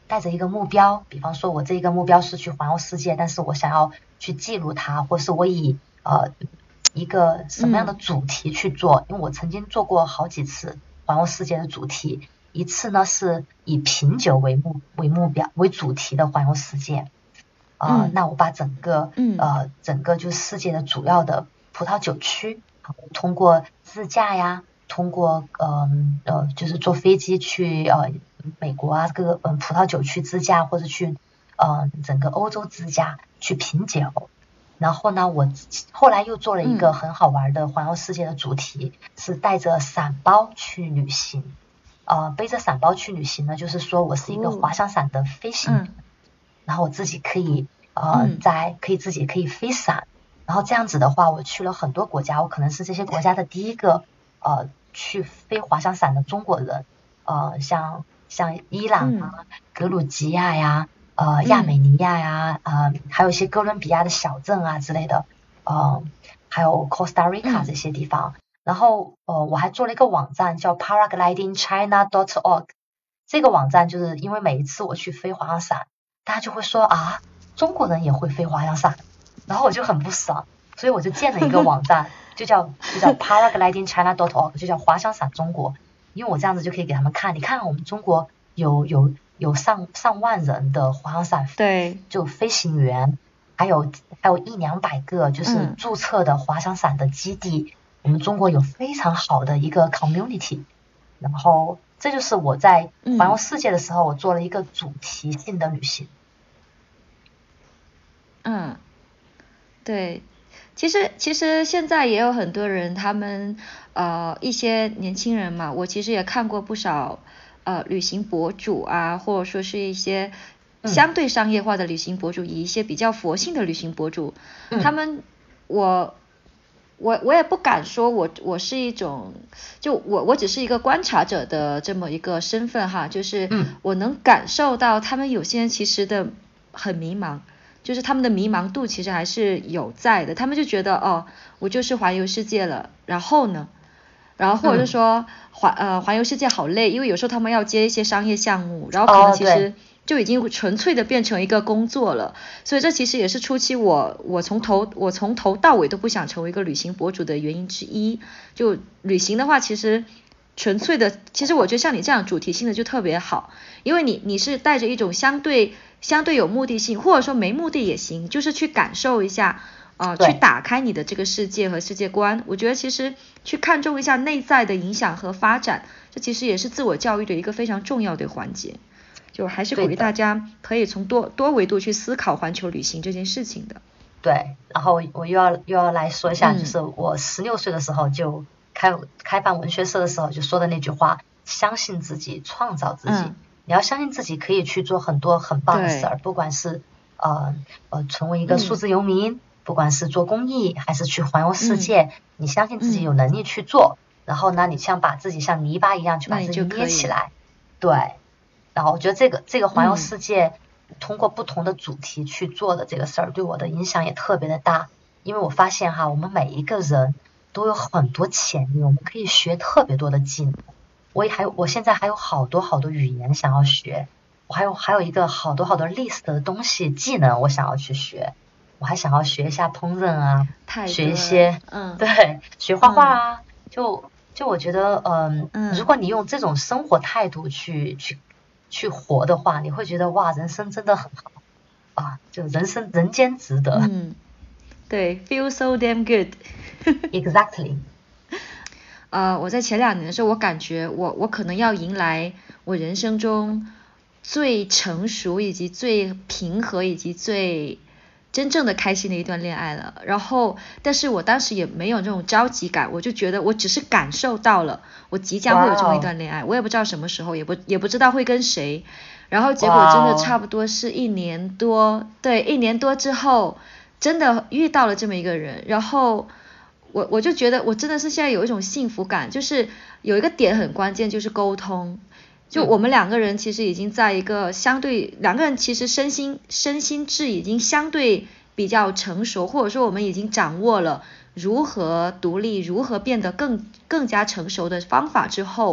带着一个目标，比方说我这一个目标是去环游世界，但是我想要去记录它，或是我以呃一个什么样的主题去做，嗯、因为我曾经做过好几次环游世界的主题，一次呢是以品酒为目为目标为主题的环游世界，呃，嗯、那我把整个呃整个就是世界的主要的葡萄酒区，通过自驾呀，通过呃呃就是坐飞机去呃美国啊各个嗯葡萄酒区自驾，或者去呃整个欧洲自驾去品酒。然后呢，我后来又做了一个很好玩的环游世界的主题，嗯、是带着伞包去旅行。呃，背着伞包去旅行呢，就是说我是一个滑翔伞的飞行员，哦嗯、然后我自己可以呃、嗯、在可以自己可以飞伞。然后这样子的话，我去了很多国家，我可能是这些国家的第一个呃去飞滑翔伞的中国人，呃，像像伊朗啊、嗯、格鲁吉亚呀、呃亚美尼亚呀、呃还有一些哥伦比亚的小镇啊之类的，呃，还有 Costa Rica 这些地方。嗯、然后呃我还做了一个网站叫 paragliding china dot org， 这个网站就是因为每一次我去飞滑翔伞，大家就会说啊，中国人也会飞滑翔伞。然后我就很不爽，所以我就建了一个网站，就叫就叫 paragliding china dot org， 就叫滑翔伞中国。因为我这样子就可以给他们看，你看我们中国有有有上上万人的滑翔伞， 对， 就飞行员，还有还有一两百个就是注册的滑翔伞的基地，嗯、我们中国有非常好的一个 community。然后这就是我在环游世界的时候，我做了一个主题性的旅行。 嗯。对，其实其实现在也有很多人，他们呃一些年轻人嘛，我其实也看过不少呃旅行博主啊，或者说是一些相对商业化的旅行博主，嗯、以一些比较佛性的旅行博主，嗯、他们我我我也不敢说我我是一种，就我我只是一个观察者的这么一个身份哈，就是我能感受到他们有些人其实的很迷茫。就是他们的迷茫度其实还是有在的，他们就觉得哦，我就是环游世界了，然后呢，然后或者是说环、嗯、呃环游世界好累，因为有时候他们要接一些商业项目，然后可能其实就已经纯粹的变成一个工作了，所以这其实也是初期我我从头我从头到尾都不想成为一个旅行博主的原因之一。就旅行的话，其实纯粹的，其实我觉得像你这样主题性的就特别好，因为你你是带着一种相对。相对有目的性，或者说没目的也行，就是去感受一下，呃，去打开你的这个世界和世界观。我觉得其实去看重一下内在的影响和发展，这其实也是自我教育的一个非常重要的环节。就还是鼓励大家可以从多多维度去思考环球旅行这件事情的。 对，然后我又要又要来说一下，嗯、就是我十六岁的时候就开开办文学社的时候就说的那句话：相信自己，创造自己。嗯你要相信自己可以去做很多很棒的事儿，不管是呃呃成为一个数字游民，嗯、不管是做公益还是去环游世界，嗯、你相信自己有能力去做，嗯、然后呢，你像把自己像泥巴一样去把自己捏起来，对。然后我觉得这个这个环游世界，嗯、通过不同的主题去做的这个事儿，对我的影响也特别的大，因为我发现哈，我们每一个人都有很多潜力，我们可以学特别多的技能。我也还有，我现在还有好多好多语言想要学，我还有还有一个好多好多 list 的东西技能我想要去学，我还想要学一下烹饪啊，学一些，嗯，对，学画画啊，嗯、就就我觉得，嗯、呃，如果你用这种生活态度去去去活的话，你会觉得哇，人生真的很好啊，就人生人间值得。 嗯，对 ，feel so damn good 。 Exactly。 呃，我在前两年的时候，我感觉我我可能要迎来我人生中最成熟以及最平和以及最真正的开心的一段恋爱了。然后，但是我当时也没有这种着急感，我就觉得我只是感受到了我即将会有这么一段恋爱， wow. 我也不知道什么时候，也不也不知道会跟谁。然后结果真的差不多是一年多， wow. 对，一年多之后，真的遇到了这么一个人，然后。我我就觉得我真的是现在有一种幸福感，就是有一个点很关键，就是沟通。就我们两个人其实已经在一个相对，两个人其实身心身心智已经相对比较成熟，或者说我们已经掌握了如何独立，如何变得更更加成熟的方法之后，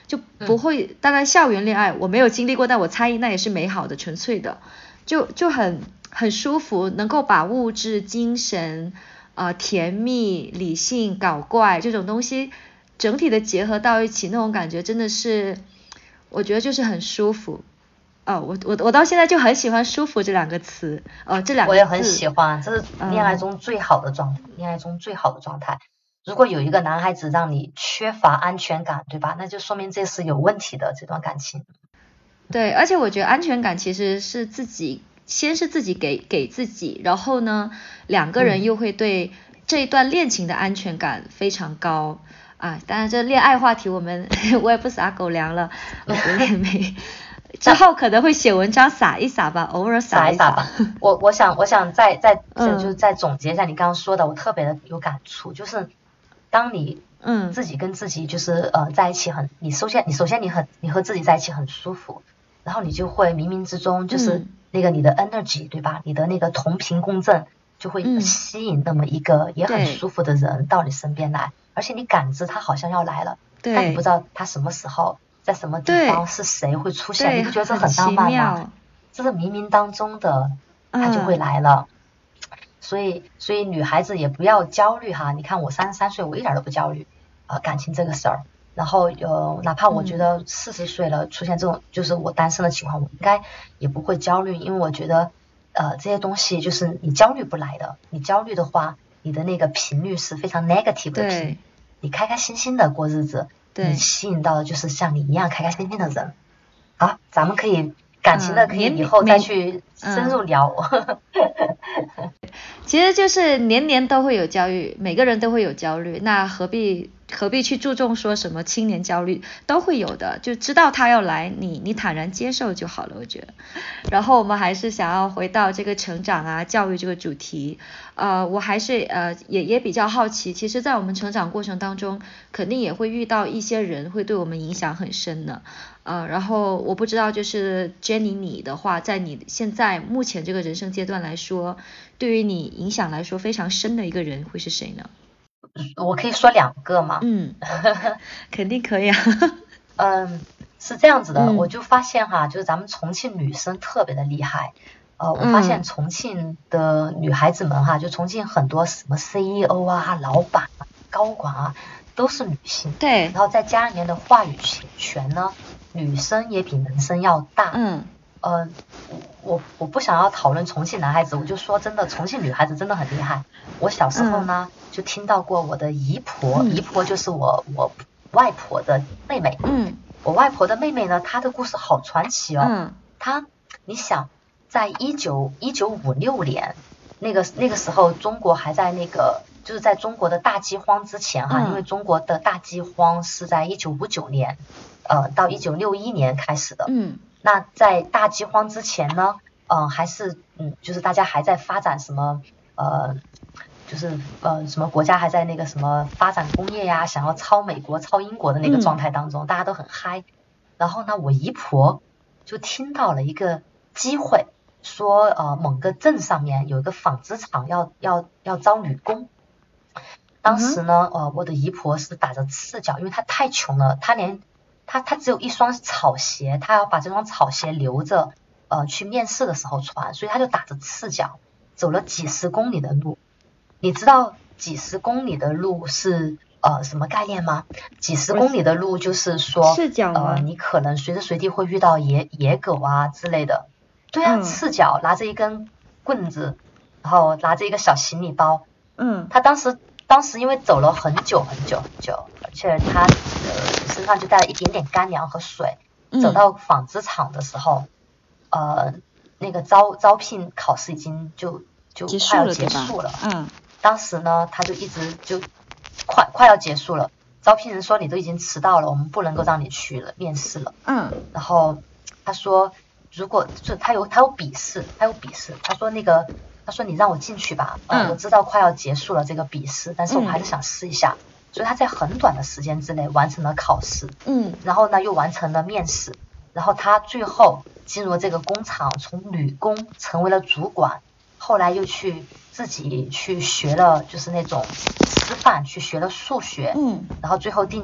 就不会、嗯、大概校园恋爱我没有经历过，但我猜那也是美好的纯粹的，就就很很舒服，能够把物质精神呃甜蜜理性搞怪这种东西整体的结合到一起，那种感觉真的是我觉得就是很舒服。哦，我我我到现在就很喜欢舒服这两个词，呃，这两个字我也很喜欢，这是恋爱中最好的状态、嗯、恋爱中最好的状态。如果有一个男孩子让你缺乏安全感，对吧？那就说明这是有问题的这段感情。 对，而且我觉得安全感其实是自己先是自己给给自己，然后呢两个人又会对这一段恋情的安全感非常高、嗯、啊。当然这恋爱话题我们我也不撒狗粮了，我也没之后可能会写文章撒一撒吧，偶尔撒一撒吧。我我想我想再再就是再总结一下你刚刚说的，我特别的有感触，就是当你嗯自己跟自己就是呃在一起很，你首先你首先你很你和自己在一起很舒服，然后你就会冥冥之中就是那个你的 energy、嗯、对吧？你的那个同频共振就会吸引那么一个也很舒服的人到你身边来，而且你感知他好像要来了，但你不知道他什么时候在什么地方是谁会出现，你不觉得这很浪漫吗？这是冥冥当中的他就会来了、嗯、所以所以女孩子也不要焦虑哈。你看我三十三岁我一点都不焦虑、呃、感情这个事儿，然后呃哪怕我觉得四十岁了、嗯、出现这种就是我单身的情况，我应该也不会焦虑，因为我觉得呃这些东西就是你焦虑不来的，你焦虑的话你的那个频率是非常 negative 的频率，你开开心心的过日子，你吸引到的就是像你一样开开心心的人。好，咱们可以感情的可以以后再去深入聊、 嗯、其实就是年年都会有焦虑，每个人都会有焦虑，那何必何必去注重说什么青年焦虑，都会有的，就知道他要来，你你坦然接受就好了，我觉得。然后我们还是想要回到这个成长啊教育这个主题，呃，我还是呃也也比较好奇，其实在我们成长过程当中肯定也会遇到一些人会对我们影响很深的，呃，然后我不知道就是 Jenny 你的话，在你现在目前这个人生阶段来说，对于你影响来说非常深的一个人会是谁呢？ 我可以说两个吗？ 嗯，肯定可以啊。 嗯，是这样子的、嗯，我就发现哈，就是咱们重庆女生特别的厉害。呃，我发现重庆的女孩子们哈，就重庆很多什么 C E O 啊、老板啊、高管啊，都是女性。 对。 然后在家里面的话语权呢，女生也比男生要大。 嗯。 呃，我我不想要讨论重庆男孩子，我就说真的，重庆女孩子真的很厉害。我小时候呢，嗯、就听到过我的姨婆，嗯、姨婆就是我我外婆的妹妹。 嗯。 我外婆的妹妹呢，她的故事好传奇哦。 嗯。 她，你想，在一九一九五六年，那个那个时候，中国还在那个，就是在中国的大饥荒之前哈，嗯、因为中国的大饥荒是在一九五九年，呃，到一九六一年开始的。 嗯。 那在大饥荒之前呢，嗯、呃，还是嗯，就是大家还在发展什么呃，就是呃什么国家还在那个什么发展工业呀，想要超美国、超英国的那个状态当中，嗯、大家都很嗨。然后呢，我姨婆就听到了一个机会，说呃某个镇上面有一个纺织厂要要要招女工。当时呢，呃，我的姨婆是打着赤脚，因为她太穷了，她连他他只有一双草鞋，他要把这双草鞋留着，呃，去面试的时候穿，所以他就打着赤脚走了几十公里的路。你知道几十公里的路是呃什么概念吗？几十公里的路就是说， 赤脚吗？ 呃，你可能随时随地会遇到野野狗啊之类的。对啊， 嗯、 赤脚拿着一根棍子，然后拿着一个小行李包。 嗯， 他当时当时因为走了很久很久很久，而且他呃身上就带了一点点干粮和水。走到纺织厂的时候，嗯、呃，那个招招聘考试已经就就快要结束了。 嗯， 当时呢，他就一直就快快要结束了。招聘人说你都已经迟到了，我们不能够让你去了面试了。 嗯， 然后他说，如果就他有他有笔试，他有笔试，他说那个。他说你让我进去吧，呃、 嗯， 我知道快要结束了这个笔试，但是我还是想试一下，嗯、所以他在很短的时间之内完成了考试， 嗯， 然后呢又完成了面试，然后他最后进入这个工厂，从女工成为了主管，后来又去自己去学了就是那种师范，去学了数学， 嗯， 然后最后定居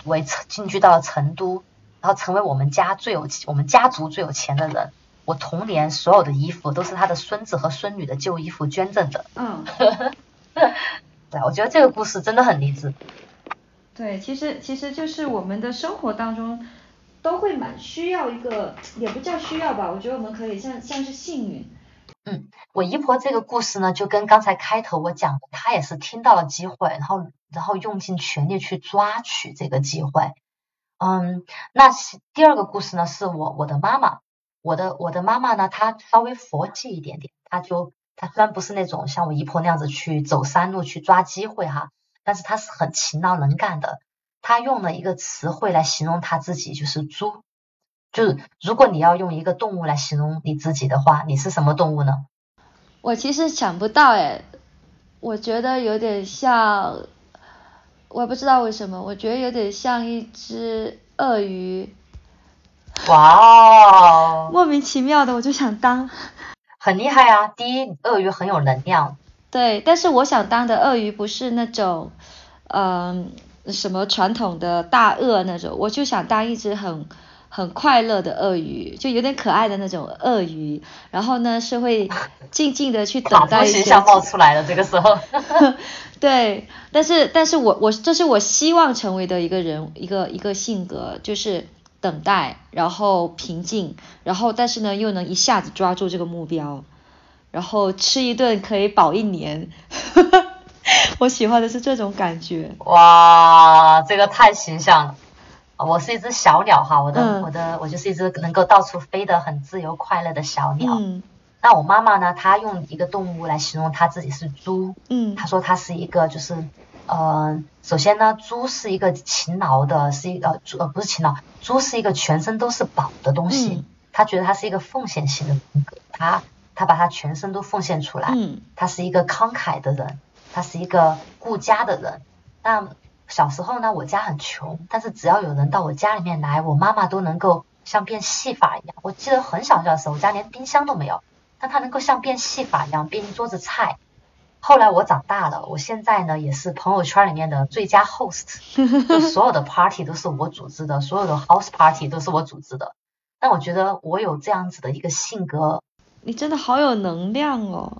为进居到了成都，然后成为我们家最有我们家族最有钱的人。我童年所有的衣服都是他的孙子和孙女的旧衣服捐赠的。 嗯， 对，我觉得这个故事真的很励志。 对，其实其实就是我们的生活当中都会蛮需要一个，也不叫需要吧，我觉得我们可以像像是幸运。 嗯，我姨婆这个故事呢，就跟刚才开头我讲的，她也是听到了机会，然后然后用尽全力去抓取这个机会。嗯，那第二个故事呢，是我我的妈妈，我的我的妈妈呢，她稍微佛系一点点，她就她虽然不是那种像我姨婆那样子去走山路去抓机会哈，但是她是很勤劳能干的。她用了一个词汇来形容她自己，就是猪。就是如果你要用一个动物来形容你自己的话，你是什么动物呢？ 我其实想不到诶，我觉得有点像，我也不知道为什么，我觉得有点像一只鳄鱼。 哇哦！ 莫名其妙的我就想当。 很厉害啊！第一，鳄鱼很有能量。 对，但是我想当的鳄鱼不是那种，嗯、呃，什么传统的大鳄那种，我就想当一只很很快乐的鳄鱼，就有点可爱的那种鳄鱼。然后呢，是会静静的去等待一些。 卡通形象冒出来了，这个时候。 对，但是但是我我这是我希望成为的一个人，一个一个性格，就是等待，然后平静，然后但是呢又能一下子抓住这个目标。然后吃一顿可以饱一年，我喜欢的是这种感觉。 哇，这个太形象了。我是一只小鸟哈，我的、 嗯、 我的我就是一只能够到处飞得很自由快乐的小鸟。 嗯。 那我妈妈呢，她用一个动物来形容她自己是猪。 嗯。 她说她是一个就是呃，首先呢，猪是一个勤劳的，是一个呃不是勤劳，猪是一个全身都是宝的东西。 嗯、 她觉得她是一个奉献型的人格，她。他把他全身都奉献出来， 嗯， 他是一个慷慨的人，他是一个顾家的人。那小时候呢，我家很穷，但是只要有人到我家里面来，我妈妈都能够像变戏法一样。我记得很小很小的时候，我家连冰箱都没有，但她能够像变戏法一样变一桌子菜。后来我长大了，我现在呢也是朋友圈里面的最佳 host， 就所有的 party 都是我组织的，所有的 house party 都是我组织的。但我觉得我有这样子的一个性格。 你真的好有能量哦。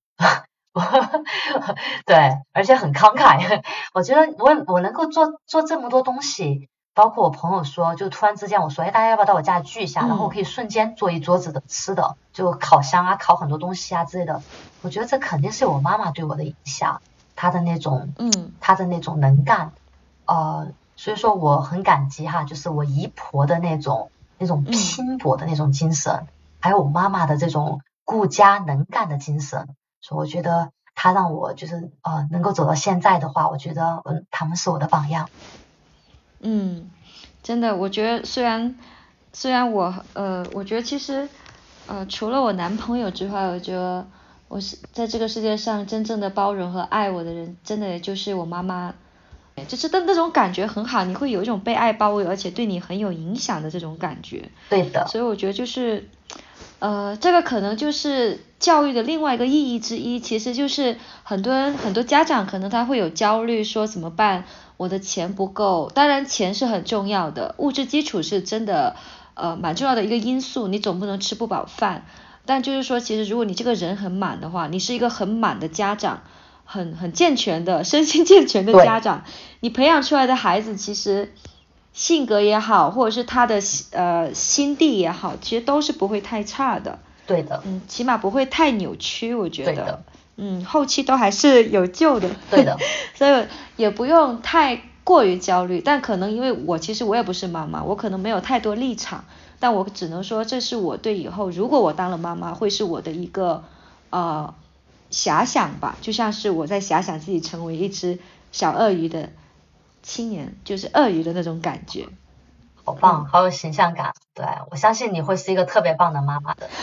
对，而且很慷慨。我觉得我我能够做做这么多东西，包括我朋友说，就突然之间我说，哎，大家要不要到我家聚一下？嗯、然后我可以瞬间做一桌子的吃的，就烤箱啊，烤很多东西啊之类的。我觉得这肯定是我妈妈对我的影响，她的那种， 嗯， 她的那种能干，呃，所以说我很感激哈，就是我姨婆的那种那种拼搏的那种精神。嗯，还有我妈妈的这种顾家能干的精神，所以我觉得她让我就是呃能够走到现在的话，我觉得嗯他们是我的榜样。 嗯，真的，我觉得虽然虽然我呃我觉得其实呃除了我男朋友之外，我觉得我是在这个世界上真正的包容和爱我的人，真的也就是我妈妈。就是那那种感觉很好，你会有一种被爱包围，而且对你很有影响的这种感觉。 对的。 所以我觉得就是，呃，这个可能就是教育的另外一个意义之一。其实就是很多人很多家长可能他会有焦虑，说怎么办？我的钱不够。当然钱是很重要的，物质基础是真的呃蛮重要的一个因素。你总不能吃不饱饭。但就是说，其实如果你这个人很满的话，你是一个很满的家长。很很健全的身心健全的家长，你培养出来的孩子其实性格也好，或者是他的呃心地也好，其实都是不会太差的。 对的。 嗯，起码不会太扭曲，我觉得。对的。嗯，后期都还是有救的。 对的。 所以也不用太过于焦虑，但可能因为我其实我也不是妈妈，我可能没有太多立场，但我只能说这是我对以后如果我当了妈妈会是我的一个呃。遐想吧，就像是我在遐想自己成为一只小鳄鱼的青年，就是鳄鱼的那种感觉。 好棒，嗯、好有形象感。对，我相信你会是一个特别棒的妈妈的。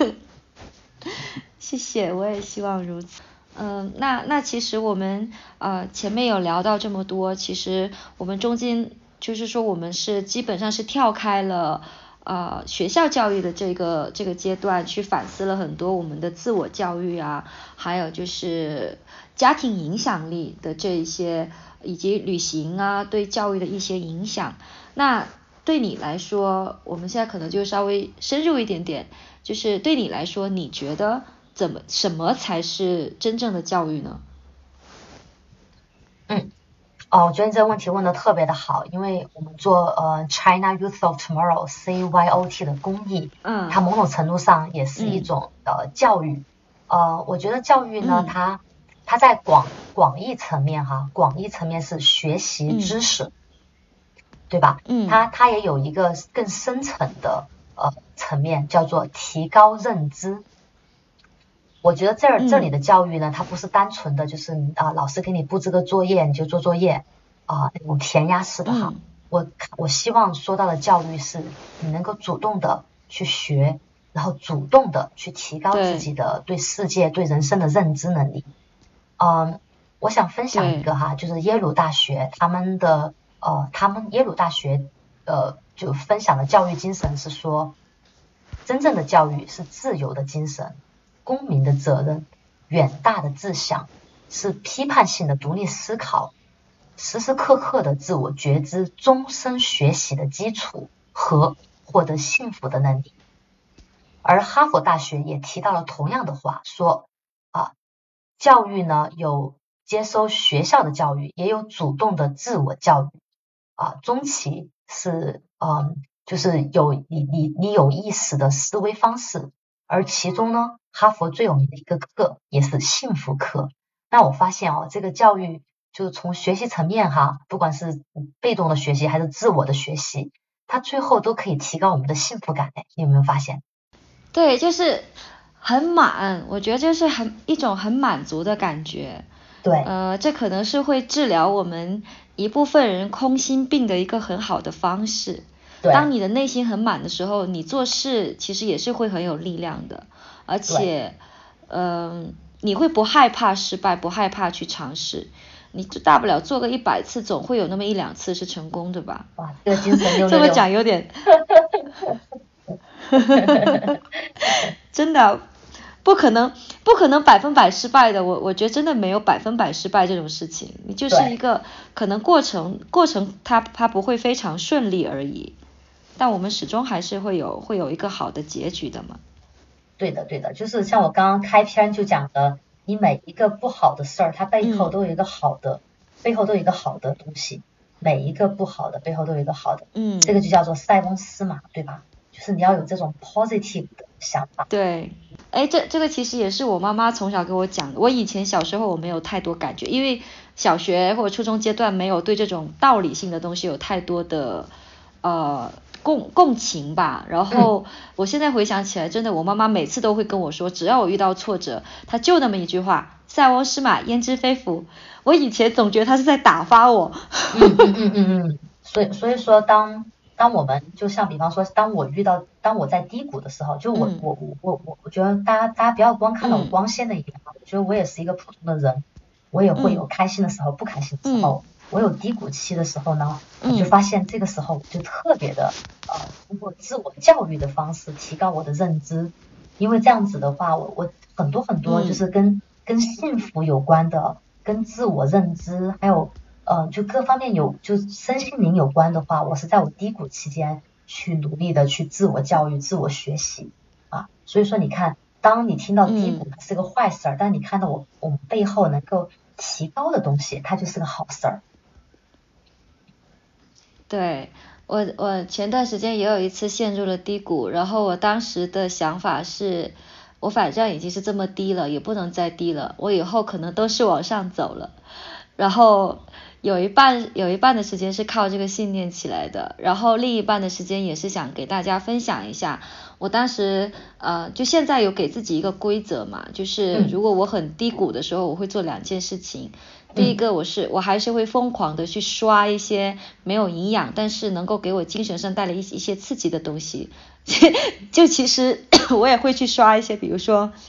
谢谢，我也希望如此。嗯、呃，那那其实我们呃前面有聊到这么多，其实我们中间就是说我们是基本上是跳开了呃学校教育的这个这个阶段去反思了很多我们的自我教育啊，还有就是家庭影响力的这一些，以及旅行啊对教育的一些影响。那对你来说，我们现在可能就稍微深入一点点，就是对你来说，你觉得怎么什么才是真正的教育呢？ 嗯，哦，我觉得你这个问题问的特别的好，因为我们做呃 China Youth of Tomorrow C Y O T 的公益， 嗯， 它某种程度上也是一种、嗯、呃教育。呃，我觉得教育呢， 嗯、 它它在广广义层面哈，广义层面是学习知识，嗯、对吧？ 嗯， 它它也有一个更深层的呃层面，叫做提高认知。我觉得这儿这里的教育呢，它不是单纯的就是啊、呃，老师给你布置个作业你就做作业啊、呃、那种填鸭式的哈。 嗯、 我我希望说到的教育是你能够主动的去学，然后主动的去提高自己的对世界对人生的认知能力。嗯，我想分享一个哈，就是耶鲁大学他们的呃他们耶鲁大学呃就分享的教育精神是说，真正的教育是自由的精神。公民的责任，远大的志向，是批判性的独立思考，时时刻刻的自我觉知，终身学习的基础和获得幸福的能力。而哈佛大学也提到了同样的话，说啊，教育呢有接收学校的教育，也有主动的自我教育啊，中期是嗯，就是有你你你有意识的思维方式。而其中呢，哈佛最有名的一个课也是幸福课。那我发现哦，这个教育就是从学习层面哈，不管是被动的学习还是自我的学习，它最后都可以提高我们的幸福感。你有没有发现？ 对，就是很满，我觉得就是很一种很满足的感觉。 对， 呃，这可能是会治疗我们一部分人空心病的一个很好的方式。当你的内心很满的时候，你做事其实也是会很有力量的，而且，嗯、呃，你会不害怕失败，不害怕去尝试，你大不了做个一百次，总会有那么一两次是成功的吧？ 哇，这个精神六六六， 这么讲有点，真的不可能，不可能百分百失败的。我我觉得真的没有百分百失败这种事情，你就是一个可能过程，过程它它不会非常顺利而已。但我们始终还是会有会有一个好的结局的嘛。 对的对的，就是像我刚刚开篇就讲的，你每一个不好的事儿，它背后都有一个好的、嗯、背后都有一个好的东西，每一个不好的背后都有一个好的， 嗯， 这个就叫做塞翁失马，对吧？就是你要有这种 positive 的想法。 对，哎，这这个其实也是我妈妈从小跟我讲的。我以前小时候我没有太多感觉，因为小学或者初中阶段没有对这种道理性的东西有太多的呃共共情吧。然后我现在回想起来，真的我妈妈每次都会跟我说，只要我遇到挫折，她就那么一句话：塞翁失马焉知非福。我以前总觉得她是在打发我。 嗯嗯嗯嗯嗯。所以所以说当。当我们就像比方说，当我遇到，当我在低谷的时候，就我、嗯、我我我我我觉得大家大家不要光看到我光鲜的一面、嗯、我觉得我也是一个普通的人，我也会有开心的时候、嗯、不开心的时候、嗯、我有低谷期的时候呢，我就发现这个时候我就特别的呃通过自我教育的方式提高我的认知，因为这样子的话，我我很多很多就是跟、嗯、跟幸福有关的，跟自我认知还有。呃，就各方面有，就身心灵有关的话，我是在我低谷期间去努力的去自我教育、自我学习啊。所以说，你看，当你听到低谷它是个坏事儿、嗯，但你看到我我们背后能够提高的东西，它就是个好事儿。 对，我我前段时间也有一次陷入了低谷，然后我当时的想法是，我反正已经是这么低了，也不能再低了，我以后可能都是往上走了，然后。有一半有一半的时间是靠这个信念起来的，然后另一半的时间也是想给大家分享一下。我当时呃，就现在有给自己一个规则嘛，就是如果我很低谷的时候，我会做两件事情。嗯、第一个，我是我还是会疯狂的去刷一些没有营养，但是能够给我精神上带来一一些刺激的东西。就其实我也会去刷一些，比如说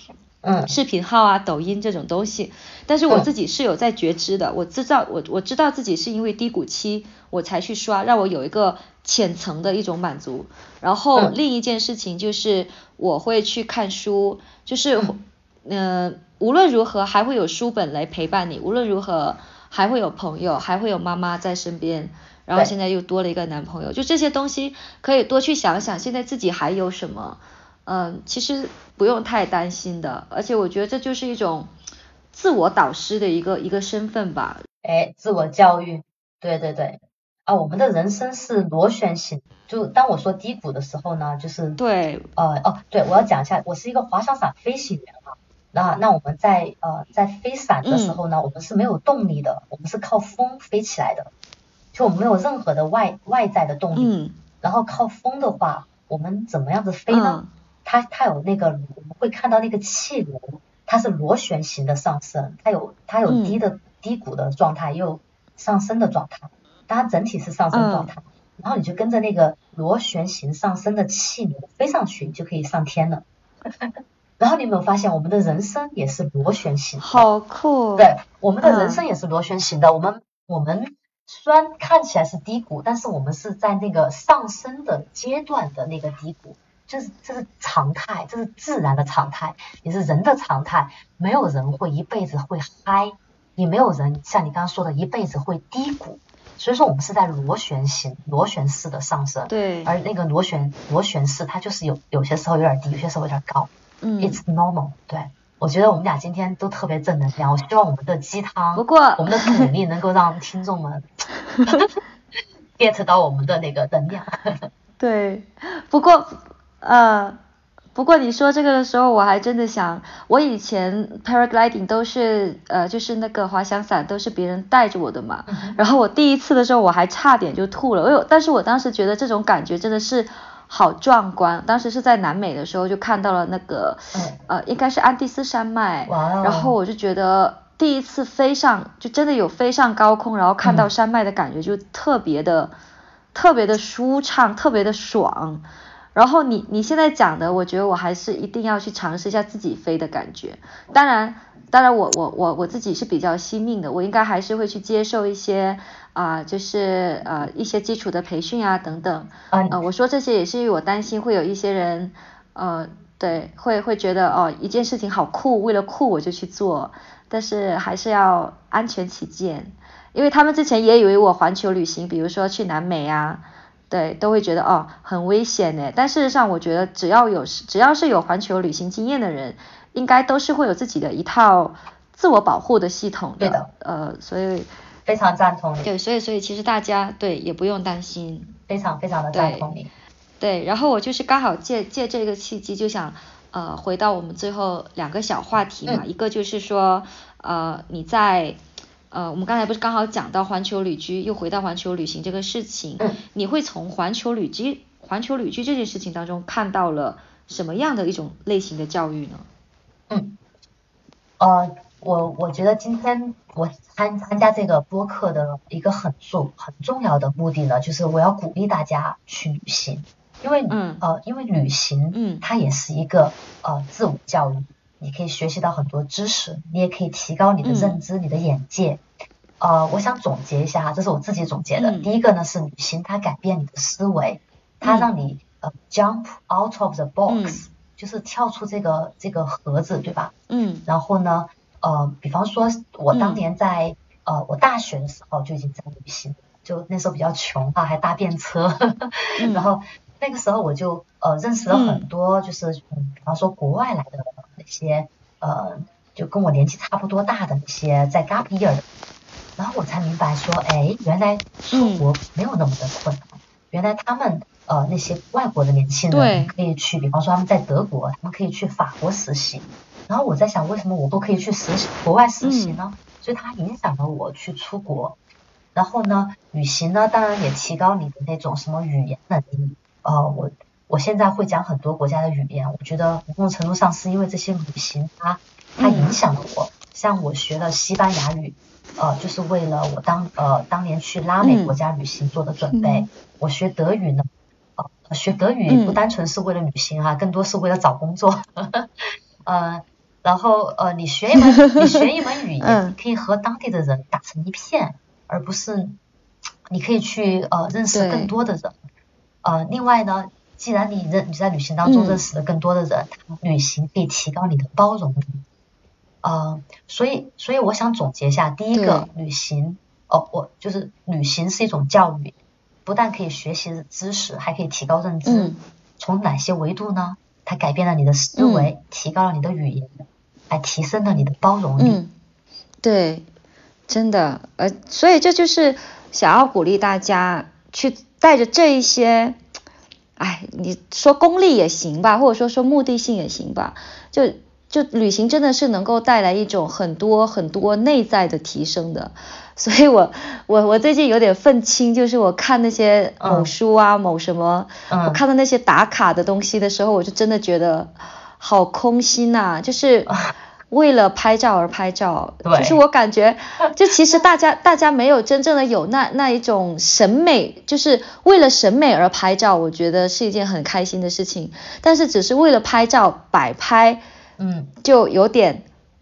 嗯， 视频号啊、抖音这种东西，但是我自己是有在觉知的，嗯、我知道我我知道自己是因为低谷期我才去刷，让我有一个浅层的一种满足。然后另一件事情就是我会去看书，就是嗯、呃，无论如何还会有书本来陪伴你，无论如何还会有朋友，还会有妈妈在身边。然后现在又多了一个男朋友，就这些东西可以多去想想，现在自己还有什么，嗯，其实不用太担心的，而且我觉得这就是一种自我导师的一个一个身份吧。 哎，自我教育，对对对，啊，我们的人生是螺旋形，就当我说低谷的时候呢，就是对， 呃哦，对，我要讲一下，我是一个滑翔伞飞行员嘛，那那我们在呃在飞伞的时候呢，嗯、我们是没有动力的，我们是靠风飞起来的。就我们没有任何的外外在的动力， 嗯， 然后靠风的话，我们怎么样子飞呢？嗯、它它有那个我们会看到那个气流，它是螺旋形的上升，它有它有低的、嗯、低谷的状态，也有上升的状态，但它整体是上升状态。嗯、然后你就跟着那个螺旋形上升的气流飞上去，你就可以上天了。然后你有没有发现，我们的人生也是螺旋形的？ 好酷！ 对，我们的人生也是螺旋形的。嗯、我们我们。虽然看起来是低谷，但是我们是在那个上升的阶段的那个低谷，就是这是常态，这是自然的常态，也是人的常态。没有人会一辈子会嗨，也没有人像你刚刚说的一辈子会低谷。所以说我们是在螺旋形、螺旋式的上升。 对。 而那个螺旋螺旋式，它就是有有些时候有点低，有些时候有点高。 嗯。 It's normal。对。我觉得我们俩今天都特别正能量，我希望我们的鸡汤， 不过我们的鼓励能够让听众们get 到我们的那个能量。 对，不过呃，不过你说这个的时候，我还真的想，我以前 paragliding 都是呃，就是那个滑翔伞都是别人带着我的嘛， 嗯、 然后我第一次的时候我还差点就吐了，我有，但是我当时觉得这种感觉真的是好壮观，当时是在南美的时候就看到了那个、嗯、呃，应该是安第斯山脉，然后我就觉得第一次飞上，就真的有飞上高空，然后看到山脉的感觉就特别的、嗯、特别的舒畅，特别的爽。然后你你现在讲的，我觉得我还是一定要去尝试一下自己飞的感觉。当然，当然我我我我自己是比较惜命的，我应该还是会去接受一些啊、呃，就是呃一些基础的培训啊等等。呃，我说这些也是因为我担心会有一些人呃对会会觉得哦一件事情好酷，为了酷我就去做，但是还是要安全起见，因为他们之前也以为我环球旅行，比如说去南美啊。对，都会觉得哦很危险呢，但事实上我觉得只要有只要是有环球旅行经验的人，应该都是会有自己的一套自我保护的系统的。 对的， 呃，所以非常赞同你。 对，所以所以其实大家对也不用担心， 非常非常的赞同你。 对，对然后我就是刚好借借这个契机，就想呃回到我们最后两个小话题嘛，嗯、一个就是说呃你在。呃，我们刚才不是刚好讲到环球旅居，又回到环球旅行这个事情， 嗯、 你会从环球旅居、环球旅居这件事情当中看到了什么样的一种类型的教育呢？ 嗯，呃，我我觉得今天我参参加这个播客的一个很重很重要的目的呢，就是我要鼓励大家去旅行，因为嗯呃，因为旅行， 嗯， 它也是一个呃自我教育。你可以学习到很多知识，你也可以提高你的认知、嗯、你的眼界。呃，我想总结一下，这是我自己总结的。 嗯、 第一个呢是旅行，它改变你的思维，它让你、嗯、呃 jump out of the box，、嗯、就是跳出这个这个盒子，对吧？ 嗯。 然后呢，呃，比方说我当年在、嗯、呃我大学的时候就已经在旅行，就那时候比较穷啊，还搭便车，呵呵嗯、 然后那个时候我就呃认识了很多，就是嗯，比方说国外来的。那些呃，就跟我年纪差不多大的那些在 gap year 的，然后我才明白说，哎，原来出国没有那么的困难，嗯、原来他们呃那些外国的年轻人可以去，比方说他们在德国，他们可以去法国实习，然后我在想，为什么我不可以去实习国外实习呢？嗯、所以它影响了我去出国，然后呢，旅行呢，当然也提高你的那种什么语言能力，呃，我。我现在会讲很多国家的语言，我觉得某种程度上是因为这些旅行它它影响了我。嗯、像我学了西班牙语，呃，就是为了我当呃当年去拉美国家旅行做的准备。嗯、我学德语呢，呃，学德语不单纯是为了旅行啊，嗯、更多是为了找工作。呃， 然后呃，你学一门你学一门语言，嗯、你可以和当地的人打成一片，而不是你可以去呃认识更多的人。呃，另外呢，既然你认你在旅行当中认识了更多的人，嗯、旅行可以提高你的包容力。呃，所以所以我想总结一下，第一个，旅行哦，我就是旅行是一种教育，不但可以学习知识，还可以提高认知。嗯、从哪些维度呢？它改变了你的思维，嗯、提高了你的语言，还提升了你的包容力。 嗯，对，真的，呃，所以这就是想要鼓励大家去带着这一些，哎，你说功利也行吧，或者说说目的性也行吧，就就旅行真的是能够带来一种很多很多内在的提升的。所以我我我最近有点愤青，就是我看那些某书啊、嗯、某什么、嗯、我看到那些打卡的东西的时候，我就真的觉得好空心呐、啊，就是为了拍照而拍照，就是我感觉就其实大家大家没有真正的有那那一种审美，就是为了审美而拍照，我觉得是一件很开心的事情，但是只是为了拍照摆拍，嗯，就有点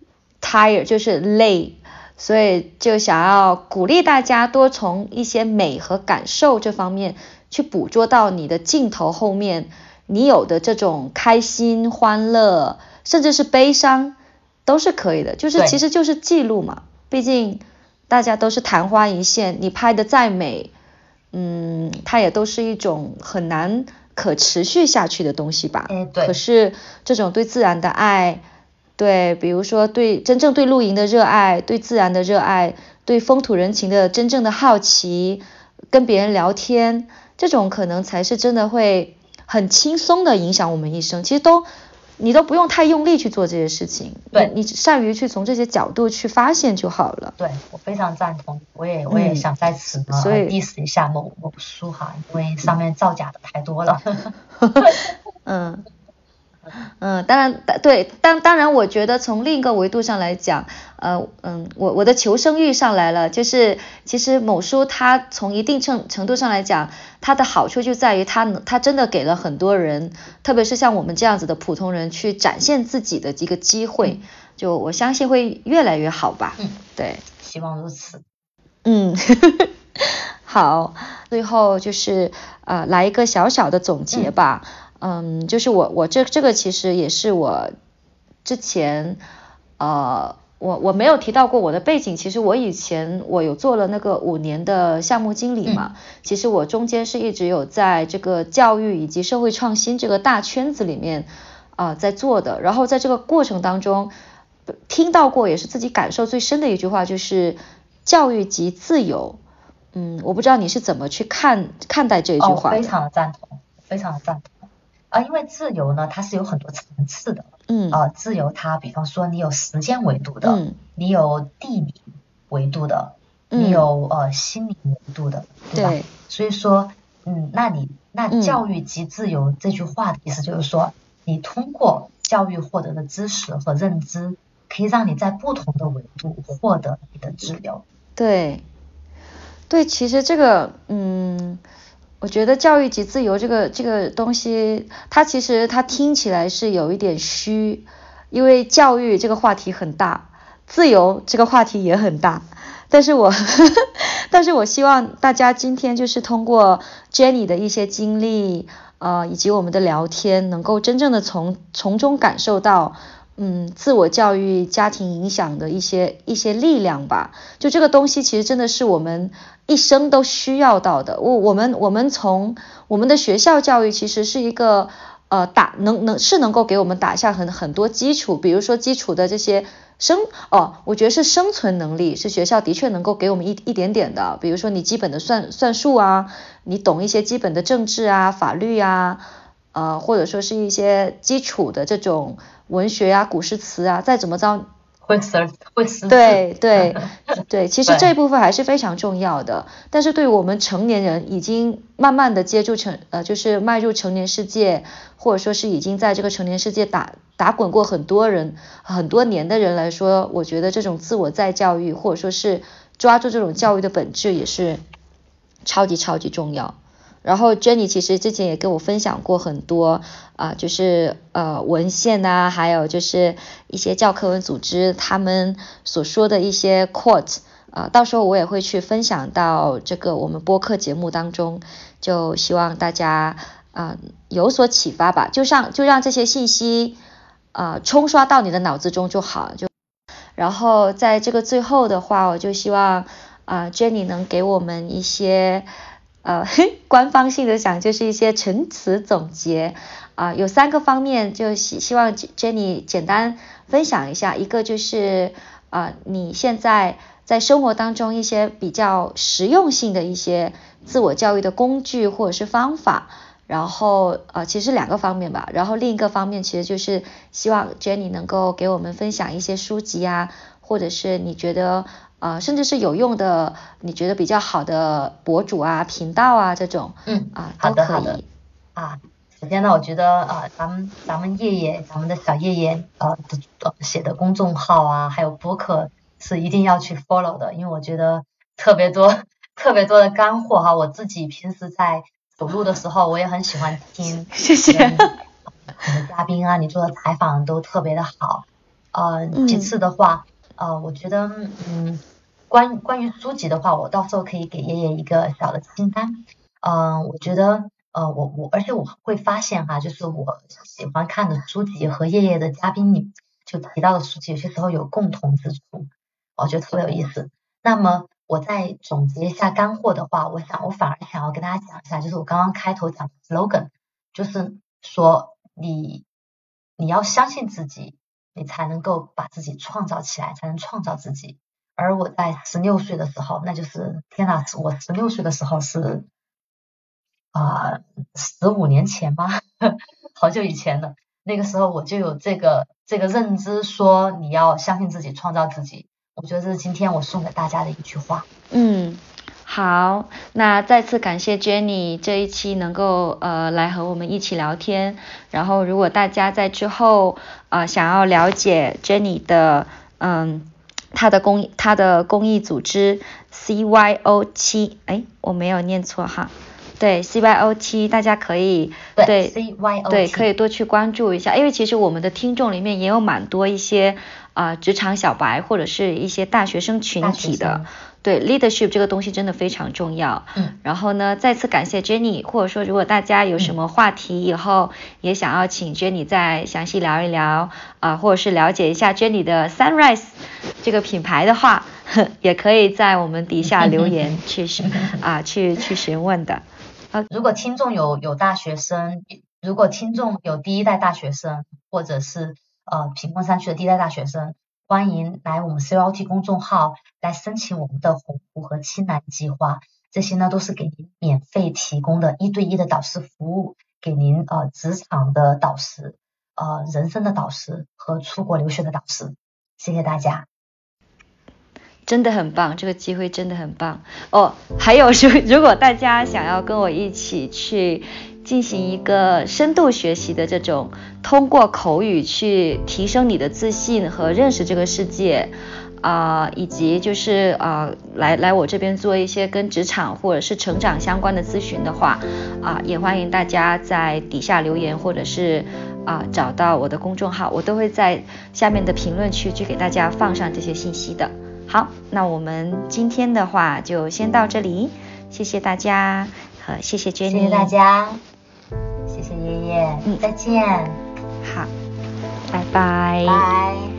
tired， 就是累。所以就想要鼓励大家多从一些美和感受这方面去捕捉到你的镜头后面你有的这种开心、欢乐，甚至是悲伤都是可以的，就是其实就是记录嘛，毕竟大家都是昙花一现，你拍的再美，嗯，它也都是一种很难可持续下去的东西吧。 哎，对。 可是这种对自然的爱，对，比如说对真正对露营的热爱，对自然的热爱，对风土人情的真正的好奇，跟别人聊天，这种可能才是真的会很轻松的影响我们一生。其实都你都不用太用力去做这些事情， 对， 你善于去从这些角度去发现就好了。 对，我非常赞同，我也我也想在此呢 diss 一下某某书哈，因为上面造假的太多了。 嗯。嗯，当然，对，当当然，我觉得从另一个维度上来讲，呃，嗯，我我的求生欲上来了，就是其实某书它从一定程程度上来讲，它的好处就在于它它真的给了很多人，特别是像我们这样子的普通人去展现自己的一个机会，嗯、就我相信会越来越好吧。 嗯， 对， 希望如此。 嗯，好，最后就是呃来一个小小的总结吧。嗯嗯，就是我我这这个其实也是我之前呃我我没有提到过我的背景，其实我以前我有做了那个五年的项目经理嘛，嗯、其实我中间是一直有在这个教育以及社会创新这个大圈子里面啊、呃、在做的，然后在这个过程当中听到过也是自己感受最深的一句话，就是教育即自由。嗯，我不知道你是怎么去看看待这一句话的。 哦，非常的赞同，非常的赞同。啊，因为自由呢，它是有很多层次的。嗯。呃，自由它，比方说你有时间维度的，嗯，你有地理维度的，嗯，你有呃心理维度的，对吧？对。所以说，嗯，那你那教育即自由、嗯、这句话的意思就是说，你通过教育获得的知识和认知，可以让你在不同的维度获得你的自由。 对。对，其实这个，嗯。我觉得教育及自由这个这个东西，它其实它听起来是有一点虚，因为教育这个话题很大，自由这个话题也很大，但是我但是我希望大家今天就是通过 Jenny 的一些经历，呃，以及我们的聊天，能够真正的从从中感受到，嗯，自我教育家庭影响的一些一些力量吧。就这个东西其实真的是我们一生都需要到的。我我们我们从我们的学校教育其实是一个呃打能能是能够给我们打下很很多基础，比如说基础的这些生哦，我觉得是生存能力，是学校的确能够给我们一一点点的，比如说你基本的算算术啊，你懂一些基本的政治啊、法律啊，呃或者说是一些基础的这种文学啊、古诗词啊，再怎么着。 会识会识字， 对对对，其实这一部分还是非常重要的。但是对于我们成年人已经慢慢的接触成呃，就是迈入成年世界，或者说是已经在这个成年世界打打滚过很多人很多年的人来说，我觉得这种自我再教育，或者说是抓住这种教育的本质，也是超级超级重要。 然后 Jenny 其实之前也跟我分享过很多啊、呃，就是呃文献啊，还有就是一些教科文组织他们所说的一些 quote 啊、呃，到时候我也会去分享到这个我们播客节目当中，就希望大家啊、呃、有所启发吧，就让就让这些信息啊、呃、冲刷到你的脑子中就好，就然后在这个最后的话，我就希望啊、呃、Jenny 能给我们一些呃官方性的讲，就是一些陈词总结啊、呃，有三个方面，就希希望 Jenny 简单分享一下。一个就是啊、呃、你现在在生活当中一些比较实用性的一些自我教育的工具或者是方法。然后呃其实两个方面吧，然后另一个方面其实就是希望 Jenny 能够给我们分享一些书籍啊，或者是你觉得呃甚至是有用的，你觉得比较好的博主啊、频道啊这种， 嗯啊好的都可以。 好的啊，首先呢，我觉得啊、呃，咱们咱们叶叶，咱们的小叶叶呃的写的公众号啊，还有播客是一定要去 follow 的，因为我觉得特别多特别多的干货哈，我自己平时在走路的时候，我也很喜欢听。 谢谢。 你的嘉宾啊，你做的采访都特别的好。呃，其次的话，呃，我觉得，嗯，关关于书籍的话，我到时候可以给爷爷一个小的清单。嗯、呃，我觉得，呃，我我，而且我会发现哈，就是我喜欢看的书籍和爷爷的嘉宾里就提到的书籍，有些时候有共同之处，我觉得特别有意思。那么我再总结一下干货的话，我想我反而想要跟大家讲一下，就是我刚刚开头讲的 slogan， 就是说你你要相信自己，你才能够把自己创造起来，才能创造自己。而我在十六岁的时候，那就是天哪，我十六岁的时候是啊十五年前吗？好久以前了。那个时候我就有这个这个认知，说你要相信自己，创造自己。我觉得这是今天我送给大家的一句话。 嗯，好，那再次感谢 Jenny 这一期能够呃来和我们一起聊天。然后如果大家在之后呃想要了解 Jenny 的嗯她的公她的公益组织 C Y O 七，哎我没有念错哈。对 C Y O 七， 大家可以对, 对 C Y O 七对可以多去关注一下，因为其实我们的听众里面也有蛮多一些啊、呃、职场小白或者是一些大学生群体的。对 leadership 这个东西真的非常重要。 嗯， 然后呢，再次感谢 Jenny， 或者说如果大家有什么话题以后也想要请 Jenny 再详细聊一聊啊、呃，或者是了解一下 Jenny 的 Sunrise 这个品牌的话，也可以在我们底下留言去啊、呃、去去询问的。 如果听众有有大学生，如果听众有第一代大学生，或者是呃贫困山区的第一代大学生，欢迎来我们 C Y O T 公众号来申请我们的红湖和青蓝计划，这些呢都是给您免费提供的一对一的导师服务，给您呃职场的导师、呃人生的导师和出国留学的导师。谢谢大家。 真的很棒，这个机会真的很棒哦。还有是，如果大家想要跟我一起去进行一个深度学习的这种，通过口语去提升你的自信和认识这个世界啊、呃，以及就是啊、呃、来来我这边做一些跟职场或者是成长相关的咨询的话啊、呃，也欢迎大家在底下留言，或者是啊、呃、找到我的公众号，我都会在下面的评论区去给大家放上这些信息的。好，那我们今天的话就先到这里，谢谢大家和谢谢 Jenny， 谢谢大家，谢谢爷爷，嗯，再见， 好，拜拜， 拜。